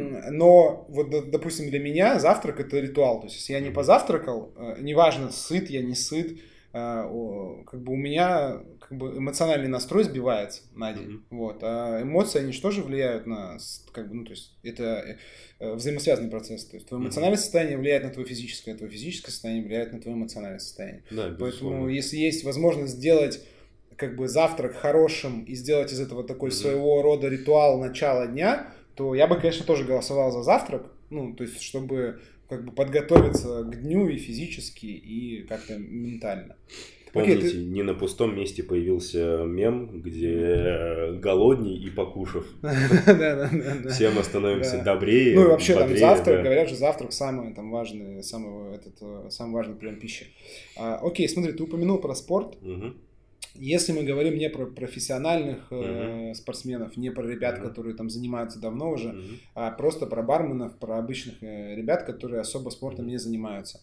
Но, вот, допустим, для меня завтрак это ритуал. То есть, если я не позавтракал, неважно, сыт я, не сыт, как бы у меня как бы эмоциональный настрой сбивается на день. Вот. А эмоции, они же тоже влияют на, как бы, ну, то есть, это взаимосвязанный процесс. То есть, твое эмоциональное состояние влияет на твое физическое состояние влияет на твое эмоциональное состояние. Да, поэтому, если есть возможность сделать как бы завтрак хорошим и сделать из этого такой своего рода ритуал начала дня, то я бы, конечно, тоже голосовал за завтрак. Ну, то есть, чтобы как бы подготовиться к дню и физически, и как-то ментально. Помните, не на пустом месте появился мем, где голодней и покушав. Все мы становимся добрее. Ну и вообще там завтрак, говорят же, завтрак самый важный прием пищи. Окей, смотри, ты упомянул про спорт. Если мы говорим не про профессиональных спортсменов, не про ребят, которые там занимаются давно уже, а просто про барменов, про обычных ребят, которые особо спортом не занимаются.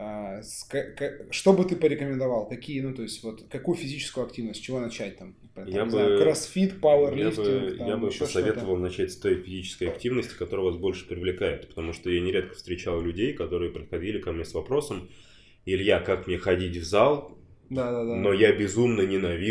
Что бы ты порекомендовал? Какие, ну, то есть, вот, какую физическую активность, с чего начать там? Кроссфит, пауэрлифтинг? Я бы посоветовал начать с той физической активности, которая вас больше привлекает. Потому что я нередко встречал людей, которые подходили ко мне с вопросом: Илья, как мне ходить в зал? Но я безумно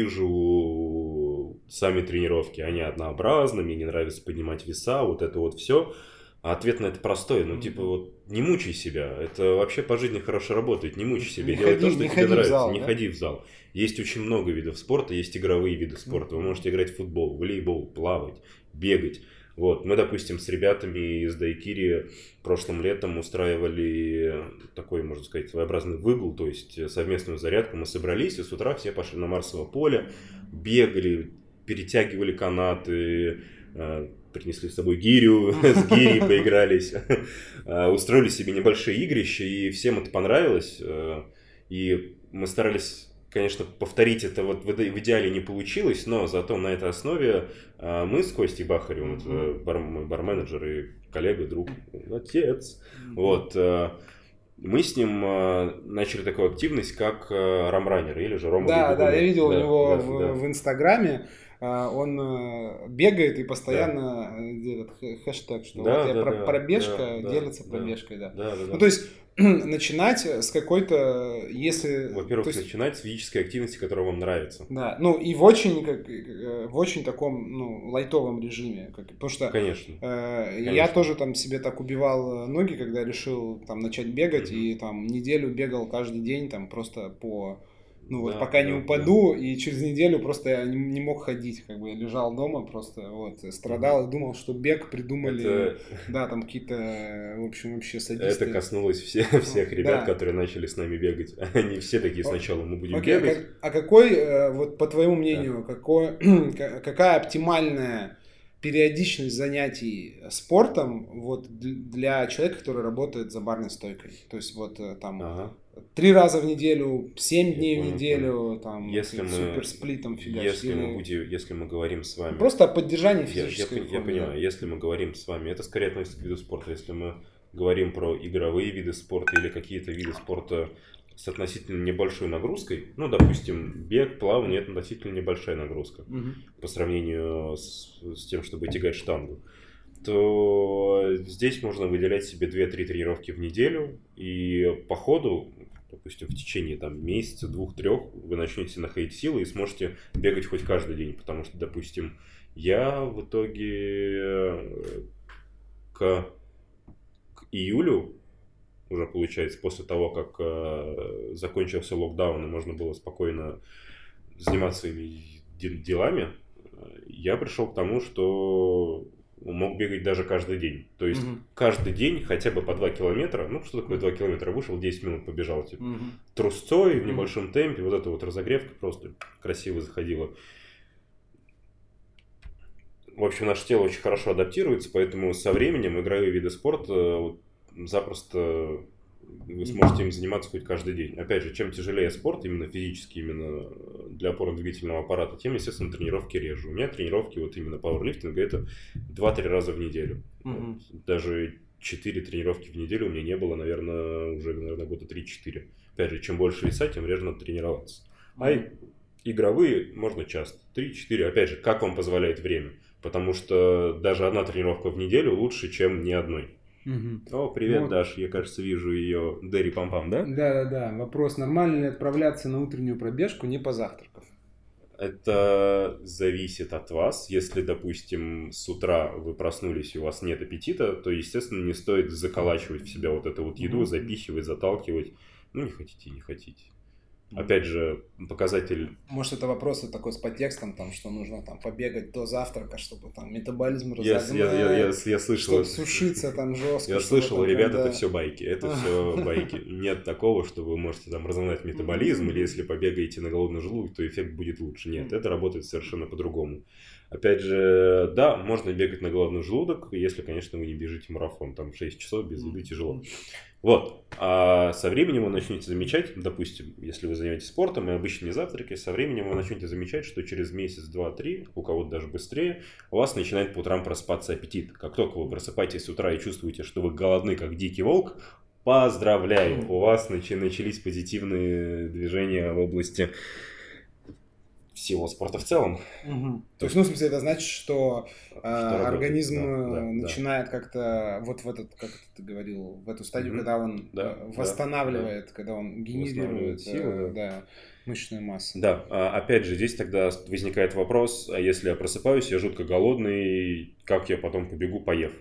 ненавижу сами тренировки. Они однообразны, мне не нравится поднимать веса, вот это вот все. А ответ на это простой. Ну, типа, вот, не мучай себя. Это вообще по жизни хорошо работает. Не мучай себя. Делай то, что тебе нравится. Не ходи в зал. Есть очень много видов спорта. Есть игровые виды спорта. Вы можете играть в футбол, волейбол, плавать, бегать. Вот, мы, допустим, с ребятами из Дайкири прошлым летом устраивали такой, можно сказать, своеобразный выгул, то есть совместную зарядку. Мы собрались и с утра все пошли на Марсово поле, бегали, перетягивали канаты, принесли с собой гирю, с гирей поигрались, устроили себе небольшие игрища, и всем это понравилось. И мы старались, конечно, повторить это вот в идеале не получилось, но зато на этой основе мы с Костей Бахаревым, мой барменеджер и коллега, друг, отец, вот, мы с ним начали такую активность, как рамранер или же рома. Да, я видел у него в Инстаграме. Он бегает и постоянно делает хэштег, что пробежка делится пробежкой, да. Ну, то есть начинать с какой-то, если... Во-первых, начинать с физической активности, которая вам нравится. Да, ну и в очень таком, лайтовом режиме. Потому что Конечно. Я тоже там себе так убивал ноги, когда решил там начать бегать, и там неделю бегал каждый день, там просто по... пока не упаду, и через неделю просто я не мог ходить, как бы я лежал дома просто, страдал и думал, что бег придумали, там какие-то, в общем, вообще садисты. Это коснулось всех ребят, которые начали с нами бегать. Они все такие сначала, мы будем бегать. А какой, вот по твоему мнению, какая оптимальная периодичность занятий спортом вот для человека, который работает за барной стойкой? То есть там... 3 раза в неделю, 7 дней в неделю, там, суперсплитом фигачить. Если мы говорим с вами... Просто о поддержании физической формы. Я понимаю, если мы говорим с вами, это скорее относится к виду спорта. Если мы говорим про игровые виды спорта или какие-то виды спорта с относительно небольшой нагрузкой, допустим, бег, плавание, это относительно небольшая нагрузка по сравнению с тем, чтобы тягать штангу, то здесь можно выделять себе 2-3 тренировки в неделю, и по ходу, допустим, в течение месяца, 2-3 вы начнете находить силы и сможете бегать хоть каждый день, потому что, допустим, я в итоге к июлю, уже получается, после того, как закончился локдаун и можно было спокойно заниматься своими делами, я пришел к тому, что мог бегать даже каждый день. То есть каждый день хотя бы по 2 километра. Что такое 2 километра? Вышел, 10 минут побежал, трусцой в небольшом темпе. Вот эта разогревка просто красиво заходила. В общем, наше тело очень хорошо адаптируется, поэтому со временем игровые виды спорта запросто вы сможете им заниматься хоть каждый день. Опять же, чем тяжелее спорт, именно физически, именно для опорно-двигательного аппарата, тем, естественно, тренировки реже. У меня тренировки именно пауэрлифтинга это 2-3 раза в неделю. Даже 4 тренировки в неделю у меня не было, наверное, уже года 3-4. Опять же, чем больше веса, тем реже надо тренироваться. А игровые можно часто. 3-4, опять же, как вам позволяет время. Потому что даже одна тренировка в неделю лучше, чем ни одной. О, привет, Даш, я, кажется, вижу ее Дэри Пам-Пам, да? Да. Вопрос, нормально ли отправляться на утреннюю пробежку, не позавтракав? Это зависит от вас. Если, допустим, с утра вы проснулись и у вас нет аппетита, то, естественно, не стоит заколачивать в себя эту еду, запихивать, заталкивать. Не хотите. Опять же, показатель... Может, это вопрос такой с подтекстом, что нужно побегать до завтрака, чтобы метаболизм разогнать, я слышал, чтобы сушиться жестко. Я слышал, ребят, это все байки. Это все байки. Нет такого, что вы можете разогнать метаболизм, или если побегаете на голодный желудок, то эффект будет лучше. Нет, это работает совершенно по-другому. Опять же, да, можно бегать на голодный желудок, если, конечно, вы не бежите марафон. 6 часов без еды тяжело. А со временем вы начнете замечать, допустим, если вы занимаетесь спортом и обычно не завтраки, со временем вы начнете замечать, что через месяц, 2-3, у кого-то даже быстрее, у вас начинает по утрам просыпаться аппетит. Как только вы просыпаетесь с утра и чувствуете, что вы голодны, как дикий волк, поздравляю, у вас начались позитивные движения в области всего спорта в целом. То есть, в смысле, это значит, что организм начинает как-то в этот, как ты говорил, в эту стадию, когда он восстанавливает, когда он генерирует силу, мышечную массу. Да, опять же, здесь тогда возникает вопрос, а если я просыпаюсь, я жутко голодный, как я потом побегу, поев?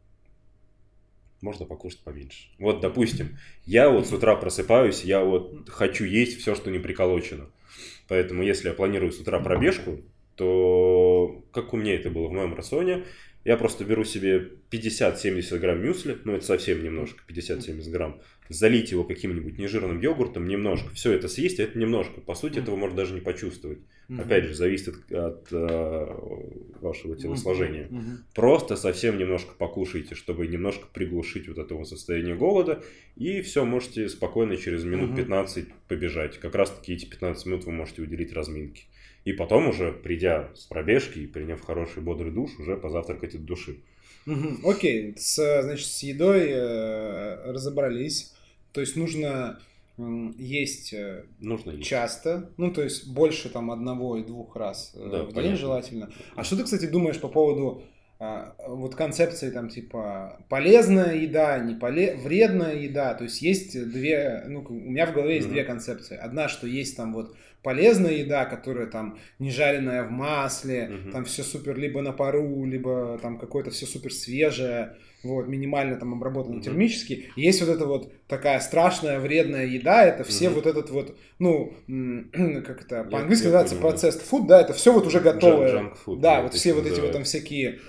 Можно покушать поменьше. Допустим, я с утра просыпаюсь, я хочу есть все, что не приколочено. Поэтому, если я планирую с утра пробежку, то, как у меня это было в моем рационе, Я просто беру себе 50-70 грамм мюсли, ну это совсем немножко, 50-70 грамм, залить его каким-нибудь нежирным йогуртом немножко, все это съесть, а это немножко. По сути, этого можно даже не почувствовать. Опять же, зависит от вашего телосложения. Просто совсем немножко покушайте, чтобы немножко приглушить вот это вот состояние голода, и все, можете спокойно через минут 15 побежать. Как раз таки эти 15 минут вы можете уделить разминке. И потом уже, придя с пробежки и приняв хороший бодрый душ, уже позавтракать от души. Окей, значит, с едой разобрались. То есть нужно есть часто, ну то есть больше там 1 и 2 раз в день желательно. А что ты, кстати, думаешь по поводу вот концепции там типа полезная еда, вредная еда? То есть есть две, ну у меня в голове есть две концепции. Одна, что есть там вот полезная еда, которая там не жареная в масле, там все супер либо на пару, либо там какое-то все супер свежее, вот, минимально там обработано термически. И есть вот эта вот такая страшная вредная еда, это все вот этот вот, ну, как это по-английски называется, processed food, да, это все вот уже готовое. Junk food, да, вот все вот эти вот там всякие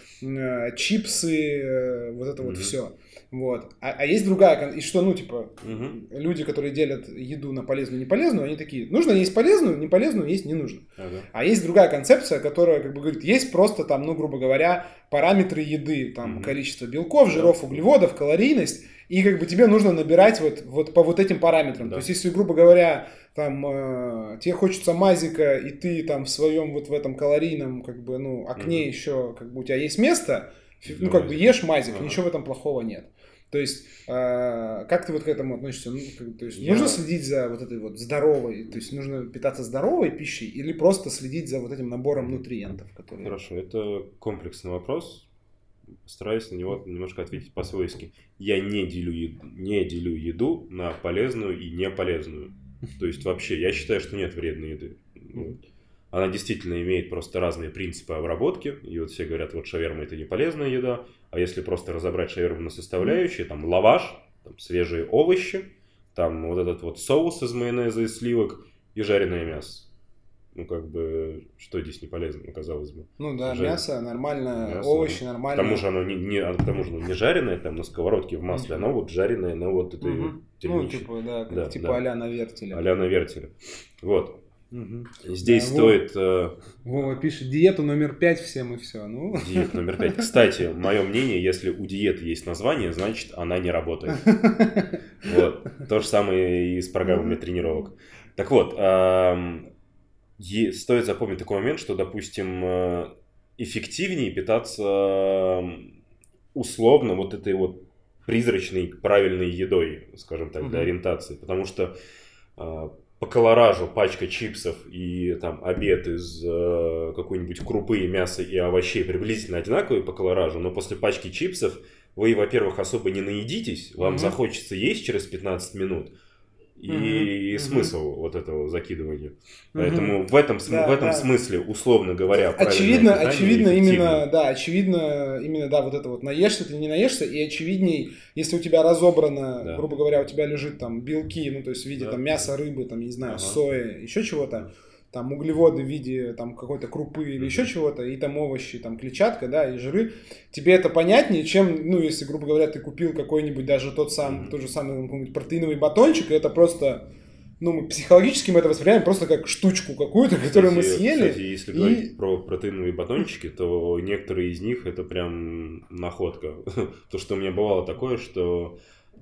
чипсы, вот это вот все. Вот. А есть другая, и что, ну, типа, люди, которые делят еду на полезную и неполезную, они такие, нужно есть полезную, неполезную есть не нужно. А есть другая концепция, которая, как бы, говорит, есть просто там, ну, грубо говоря, параметры еды, там, количество белков, жиров, углеводов, калорийность, и, как бы, тебе нужно набирать вот по вот этим параметрам. То есть, если, грубо говоря, там, тебе хочется мазика, и ты там в своем вот в этом калорийном, как бы, ну, окне еще, как бы, у тебя есть место, ну, как бы, ешь мазик, ничего в этом плохого нет. То есть, как ты вот к этому относишься? Ну, то есть, нужно следить за вот этой вот здоровой, то есть, нужно питаться здоровой пищей или просто следить за вот этим набором нутриентов, которые... Хорошо, это комплексный вопрос. Постараюсь на него немножко ответить по-свойски. Я не делю еду на полезную и неполезную. То есть, вообще, я считаю, что нет вредной еды. Она действительно имеет просто разные принципы обработки. И вот все говорят, вот шаверма это не полезная еда. А если просто разобрать шаверму на составляющие, там лаваш, там свежие овощи, там вот этот вот соус из майонеза и сливок и жареное мясо. Ну, как бы, что здесь не полезно, казалось бы. Ну да, мясо нормально, овощи нормально. К тому же оно не жареное там на сковородке в масле, оно вот жареное на вот этой термичной. Ну, типа, да, типа а-ля на вертеле. А-ля на вертеле. Вот. Здесь стоит... Вова пишет диету номер 5 всем и все. Ну. Диета номер 5. Кстати, мое мнение, если у диеты есть название, значит она не работает. Вот. То же самое и с программами тренировок. Так вот, стоит запомнить такой момент, что, допустим, эффективнее питаться условно вот этой вот призрачной правильной едой, скажем так, для ориентации. Потому что по колоражу пачка чипсов и там обед из какой-нибудь крупы, мяса и овощей приблизительно одинаковые по колоражу, но после пачки чипсов вы, во-первых, особо не наедитесь, вам захочется есть через 15 минут, и смысл вот этого закидывания. Поэтому в этом смысле, условно говоря, очевидно именно, да, вот это вот наешься ты не наешься, и очевидней, если у тебя разобрано, грубо говоря, у тебя лежит там белки, ну то есть в виде там мяса, рыбы, там, не знаю, сои, еще чего-то, там углеводы в виде там какой-то крупы или еще чего-то, и там овощи, там клетчатка, да, и жиры, тебе это понятнее, чем, ну, если, грубо говоря, ты купил какой-нибудь даже тот же самый какой-нибудь протеиновый батончик, и это просто, ну, мы психологически мы это воспринимаем просто как штучку какую-то, которую мы съели. Кстати, если говорить про протеиновые батончики, то некоторые из них это прям находка. То, что у меня бывало такое, что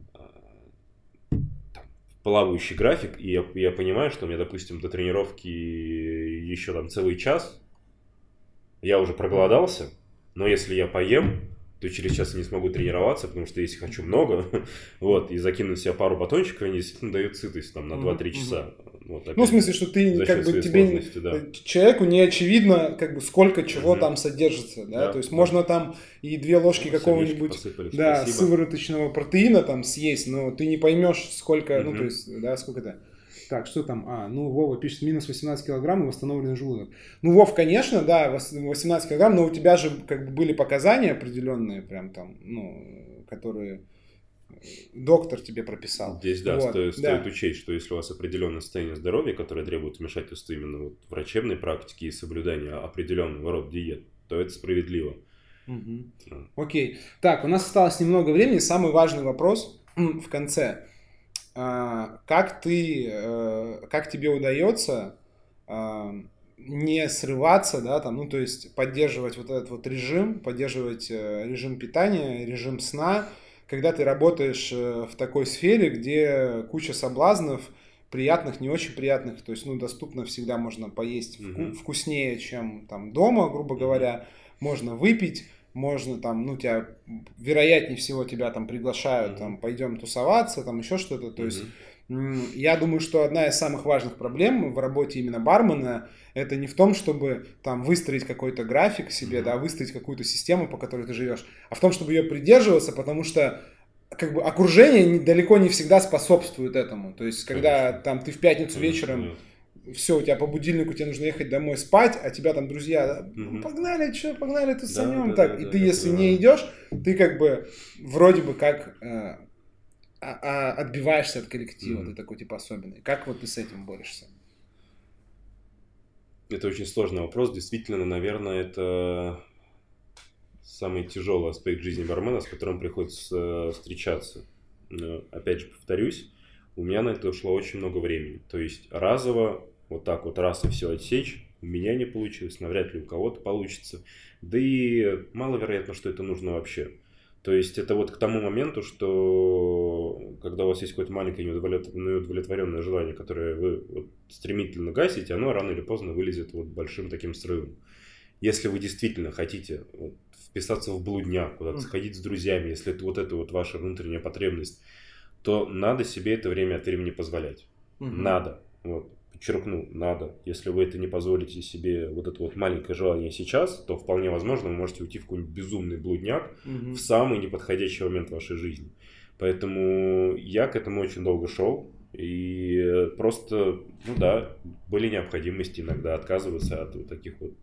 плавающий график, и я понимаю, что у меня, допустим, до тренировки еще там целый час, я уже проголодался, но если я поем, то через час я не смогу тренироваться, потому что если хочу много, вот, и закинуть себе пару батончиков, они действительно дают сытость там на 2-3 часа. Вот, ну, в смысле, что ты, как бы, тебе, человеку не очевидно, как бы, сколько чего там содержится, да, то есть можно там и 2 ложки какого-нибудь, сывороточного протеина там съесть, но ты не поймешь, сколько, ну, то есть, да, сколько это. Так, что там? Ну, Вова пишет, минус 18 килограмм и восстановленный желудок. Ну, Вов, конечно, да, 18 килограмм, но у тебя же, как бы, были показания определенные, прям там, ну, которые доктор тебе прописал. Здесь, да, вот, стоит учесть, что если у вас определенное состояние здоровья, которое требует вмешательства именно вот врачебной практики и соблюдания определенного рода диет, то это справедливо. Окей. Так, у нас осталось немного времени. Самый важный вопрос в конце. Как тебе удается не срываться, да, там, ну, то есть поддерживать вот этот вот режим, поддерживать режим питания, режим сна, когда ты работаешь в такой сфере, где куча соблазнов, приятных, не очень приятных, то есть, ну, доступно всегда можно поесть вкуснее, чем там дома, грубо говоря, можно выпить, можно там, ну, тебя, вероятнее всего, тебя там приглашают, там, пойдем тусоваться, там, еще что-то, то есть, я думаю, что одна из самых важных проблем в работе именно бармена, это не в том, чтобы там выстроить какой-то график себе, да, выстроить какую-то систему, по которой ты живешь, а в том, чтобы ее придерживаться, потому что как бы окружение далеко не всегда способствует этому. То есть, когда там ты в пятницу вечером, все, у тебя по будильнику, тебе нужно ехать домой спать, а тебя там друзья, погнали, погнали тусанем, так. И ты, если не идешь, ты как бы вроде бы как отбиваешься от коллектива, ты такой типа особенный. Как вот ты с этим борешься? Это очень сложный вопрос. Действительно, наверное, это самый тяжелый аспект жизни бармена, с которым приходится встречаться. Но, опять же, повторюсь, у меня на это ушло очень много времени. То есть разово, вот так вот раз и все отсечь, у меня не получилось, навряд ли у кого-то получится. Да и маловероятно, что это нужно вообще. То есть это вот к тому моменту, что когда у вас есть какое-то маленькое неудовлетворенное желание, которое вы вот стремительно гасите, оно рано или поздно вылезет вот большим таким срывом. Если вы действительно хотите вот вписаться в блудняк, куда-то сходить с друзьями, если это вот ваша внутренняя потребность, то надо себе это время от времени позволять. Надо. Вот. Подчеркну, надо. Если вы это не позволите себе, вот это вот маленькое желание сейчас, то вполне возможно вы можете уйти в какой-нибудь безумный блудняк в самый неподходящий момент вашей жизни. Поэтому я к этому очень долго шел. И просто, ну да, были необходимости иногда отказываться от вот таких вот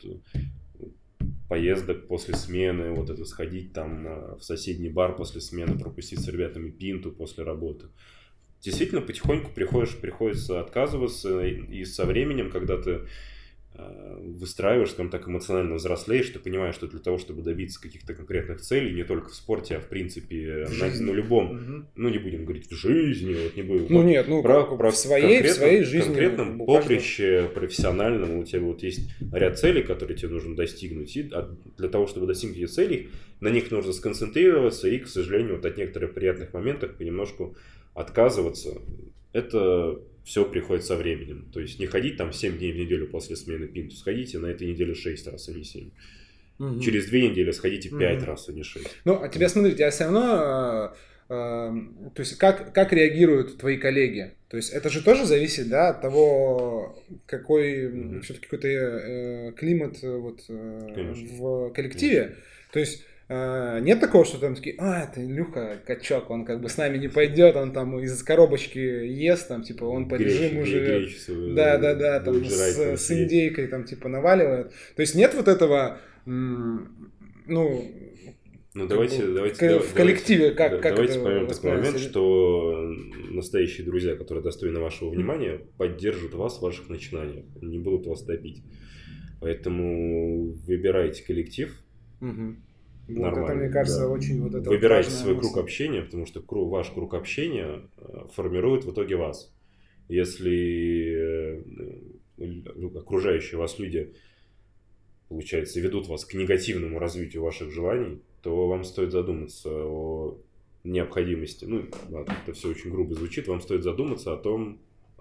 поездок после смены, вот это сходить там в соседний бар после смены, пропустить с ребятами пинту после работы. Действительно, потихоньку приходится отказываться, и со временем, когда ты выстраиваешь, скажем так, эмоционально взрослеешь, ты понимаешь, что для того, чтобы добиться каких-то конкретных целей, не только в спорте, а в принципе на любом, ну не будем говорить в жизни, вот не будем. Ну нет, ну про в своей жизни. В конкретном поприще профессиональном у тебя вот есть ряд целей, которые тебе нужно достигнуть, и для того, чтобы достигнуть этих целей, на них нужно сконцентрироваться и, к сожалению, вот от некоторых приятных моментов понемножку отказываться. Это все приходит со временем. То есть не ходить там 7 дней в неделю после смены пинту. Сходите на этой неделе 6 раз, а не 7. Через 2 недели сходите 5 раз, а не 6. Ну, а тебя, смотрите, а все равно... то есть как реагируют твои коллеги? То есть это же тоже зависит, да, от того, какой все-таки какой-то климат вот, в коллективе. То есть нет такого, что там такие, это Илюха качок, он как бы с нами не пойдет, он там из коробочки ест, там типа он по режиму живет. Да, там с индейкой там типа наваливает. То есть нет вот этого, давайте в коллективе давайте поймем такой момент, что настоящие друзья, которые достойны вашего внимания, поддержат вас в ваших начинаниях, не будут вас топить. Поэтому выбирайте коллектив. Вот это, мне кажется, очень вот это выбирайте свой круг общения, потому что ваш круг общения формирует в итоге вас. Если окружающие вас люди, получается, ведут вас к негативному развитию ваших желаний, то вам стоит задуматься о необходимости. Ну, ладно, это все очень грубо звучит. Вам стоит задуматься о том.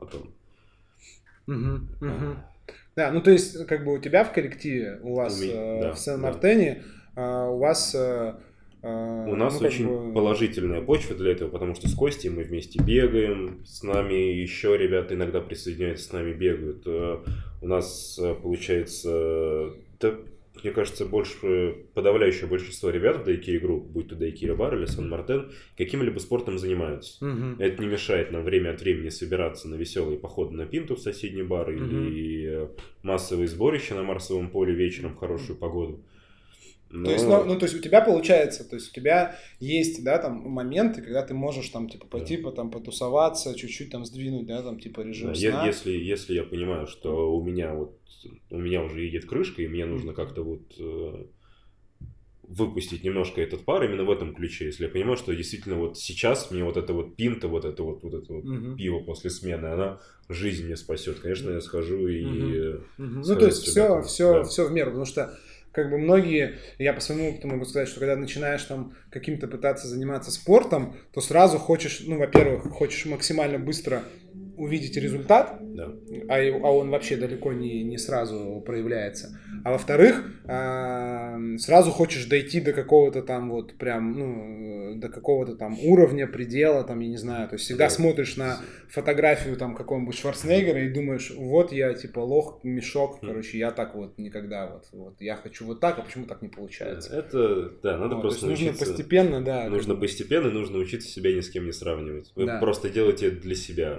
Да, ну то есть, как бы у тебя в коллективе, у вас в Сен-Мартене, у вас... У нас очень положительная почва для этого, потому что с Костей мы вместе бегаем, с нами еще ребята иногда присоединяются, с нами бегают. У нас, получается, мне кажется, подавляющее большинство ребят в Daiquiri Group, будь то Daiquiri Bar или Сан-Мартен, каким-либо спортом занимаются. Это не мешает нам время от времени собираться на веселые походы на пинту в соседний бар или массовые сборища на Марсовом поле вечером в хорошую погоду. То есть, то есть у тебя получается, то есть у тебя есть, да, там моменты, когда ты можешь там типа пойти там потусоваться, чуть-чуть там сдвинуть, да, там типа режим сна. Если я понимаю, что у меня уже едет крышка, и мне нужно как-то вот выпустить немножко этот пар именно в этом ключе. Если я понимаю, что действительно вот сейчас мне вот это вот пинта, вот это вот пиво после смены, она жизнь мне спасет. Конечно, я схожу и... Ну, то есть все в меру, потому что как бы многие, я по своему опыту могу сказать, что когда начинаешь там каким-то пытаться заниматься спортом, то сразу хочешь, ну, во-первых, хочешь максимально быстро увидеть результат, да. а он вообще далеко не сразу проявляется. А во-вторых, сразу хочешь дойти до какого-то там вот прям, ну, до какого-то там уровня, предела, там, я не знаю, то есть всегда смотришь на фотографию там какого-нибудь Шварценеггера и думаешь, вот я типа лох, мешок, короче, я так вот никогда вот я хочу вот так, а почему так не получается? Это, да, надо просто научиться. Нужно постепенно, да. Нужно постепенно, нужно учиться себя ни с кем не сравнивать. Вы просто делаете это для себя.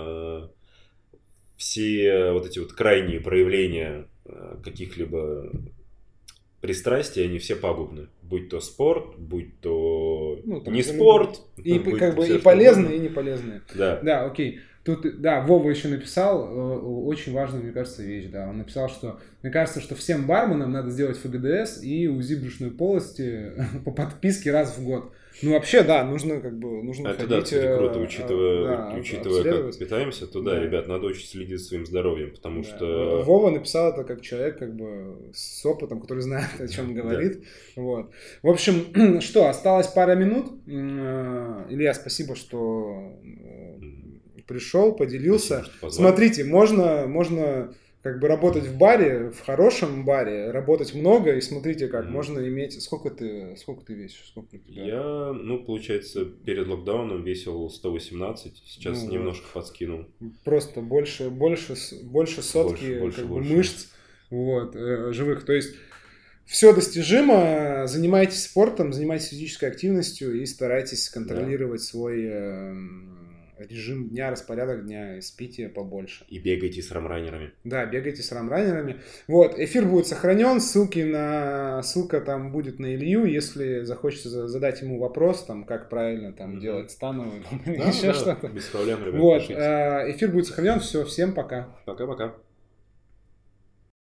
Все вот эти вот крайние проявления каких-либо пристрастий, они все пагубны. Будь то спорт, будь то не спорт. И как бы и полезные, и не полезные. Да, окей. Тут, да, Вова еще написал очень важную, мне кажется, вещь, да. Он написал, что мне кажется, что всем барменам надо сделать ФГДС и УЗИ брюшной полости по подписке раз в год. Ну, вообще, да, нужно как бы, нужно это, ходить... да, кстати, круто, учитывая, как питаемся, то да, ребят, надо очень следить за своим здоровьем, потому что... Вова написал это как человек, как бы, с опытом, который знает, о чем говорит. Вот. В общем, что, осталось пара минут. Илья, спасибо, что пришел, поделился. Спасибо, смотрите, можно как бы работать в баре, в хорошем баре, работать много, и смотрите, как можно иметь... Сколько ты весишь? Сколько у тебя? Я, получается, перед локдауном весил 118, сейчас немножко подскинул. Просто больше сотки больше. Мышц вот, живых. То есть все достижимо, занимайтесь спортом, занимайтесь физической активностью и старайтесь контролировать свой режим дня, распорядок дня, и спите побольше. И бегайте с рамранерами. Да, бегайте с рамранерами. Вот, эфир будет сохранен, ссылка там будет на Илью, если захочется задать ему вопрос, там, как правильно там делать становую, еще что-то. Без проблем, ребят. Вот, эфир будет сохранен, все, всем пока. Пока-пока.